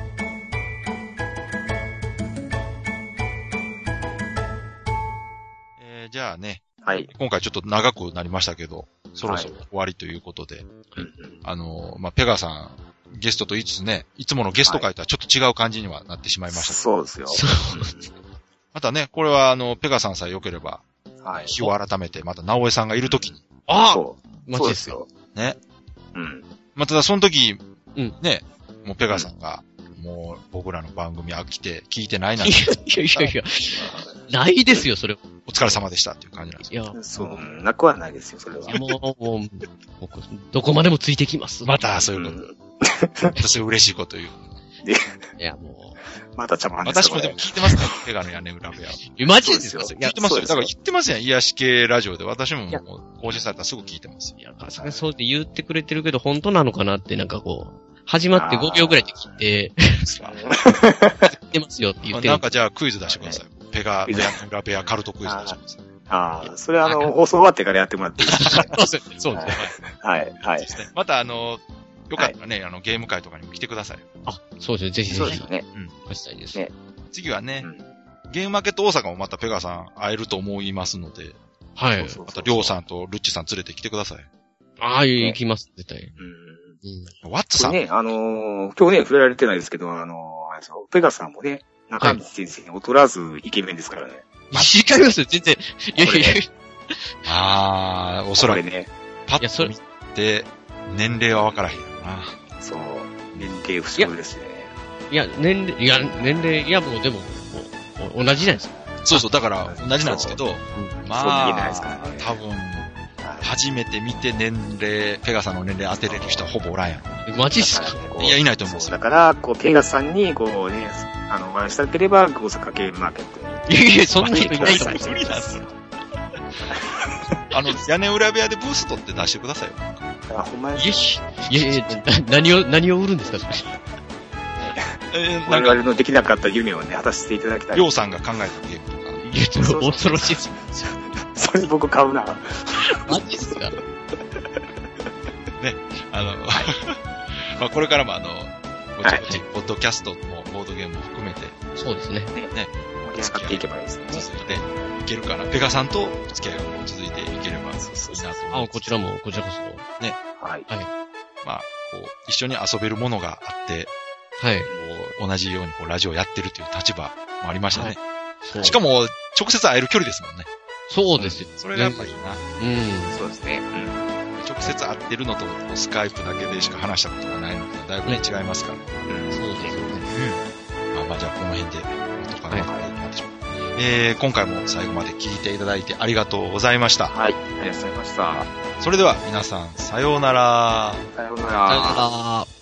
えー、じゃあね。 はい。 今回ちょっと長くなりましたけど、そろそろ終わりということで。はい、あの、まあ、ペガさん、ゲストと言いつつね、いつものゲスト会とはちょっと違う感じにはなってしまいました、 はい。そうですよ。 またね、これはあの、ペガさんさえ良ければ、はい。日を改めて、また直江さんがいるときに。 ああそう。マジですよ。 ね。 うん。 まあ、ただその時、うん。ね、もうペガさんが、もう僕らの番組飽きて聞いてないなんて。 いやいやいや、ないですよ、それ。 お疲れ様でしたっていう感じなんですよ。いや、そう、なくはないですよ、それは。 もう、もう、僕、どこまでもついてきます。 また、そういうこと。私、うん、嬉しいこと言う。 いや、もう。 また茶番です私もでも聞いてますから、ペガの屋根裏部屋。 マジですよ。 聞いてますよ。だから言ってますやん、癒し系ラジオで。私ももう、更新されたらすぐ聞いてます。 いや、そうって言ってくれてるけど、本当なのかなって、なんかこう、始まってごびょうぐらいで聞いて、言ってますよって言ってる。 なんかじゃあクイズ出してください。ペガの屋根裏部屋カルトクイズ出してください。 ああ、それはあの、放送終わってからやってもらっていいですか？ そうですね。そうですね。 はい。はい。 またあの、よかったらね、あの、ゲーム会とかにも来てください。 あ、そうですね。ぜひぜひ。 そうですね。 うん。おしたいです。 ね。 次はね、ゲームマーケット大阪もまたペガさん会えると思いますので、 はい。 またりょうさんとルッチさん連れてきてください。 ああ、行きます、絶対。 うん。ワッツさんね、あの今日ね、触れられてないですけど、あのペガさんもね、中道先生に劣らずイケメンですからね。 違いますよ、全然。いやいやいや。 あー、おそらくね。 パッと見て、年齢は分からへんよな。 そう。年齢不詳ですね。 いや、年齢、いや、年齢、いやもうでも、同じじゃないですか。 そうそう、だから同じなんですけど、まあ、多分、初めて見て年齢、ペガさんの年齢当てれる人はほぼおらんやろ。 マジっすか？ いや、いないと思うんですよ。 だから、こう、ペガさんに、こうね、 あの、お会いしたければ、大阪ゲームマーケットに。いやいや、そんな人いないと思う。 無理なんすよ。あの、屋根裏部屋でブース取って出してくださいよ。 あ、ほんまに。 いやいや、何を、何を売るんですか、それ。 えー、我々のできなかった夢をね、果たしていただきたい。 りょうさんが考えたゲームとか。 いや、ちょっと恐ろしいですよ。 それ僕買うな。 マジっすか。 ね、あの、まあこれからもあの、ぼちぼち、ポッドキャストもボードゲームも含めて。 そうですね。 ね。 盛り上がっていけばいいですね。 続いていけるかな。ペガさんと付き合いが続いていければいいなと思います。 あ、こちらも、こちらこそ。 ね。 はい。 はい。まあ、こう、一緒に遊べるものがあって、 はい。 こう同じようにこうラジオやってるという立場もありましたね。 はい、 しかも、直接会える距離ですもんね。 そうですよ。 それがやっぱりいいな。 うん。 そうですね。うん。 直接会ってるのと、スカイプだけでしか話したことがないのと、だいぶね、違いますから。 うん。そうですね。 うん。まあまあ、じゃあこの辺で、とかね、はい、えー、今回も最後まで聞いていただいてありがとうございました。 はい。ありがとうございました。 それでは皆さん、さようなら。 さようなら。 さようなら。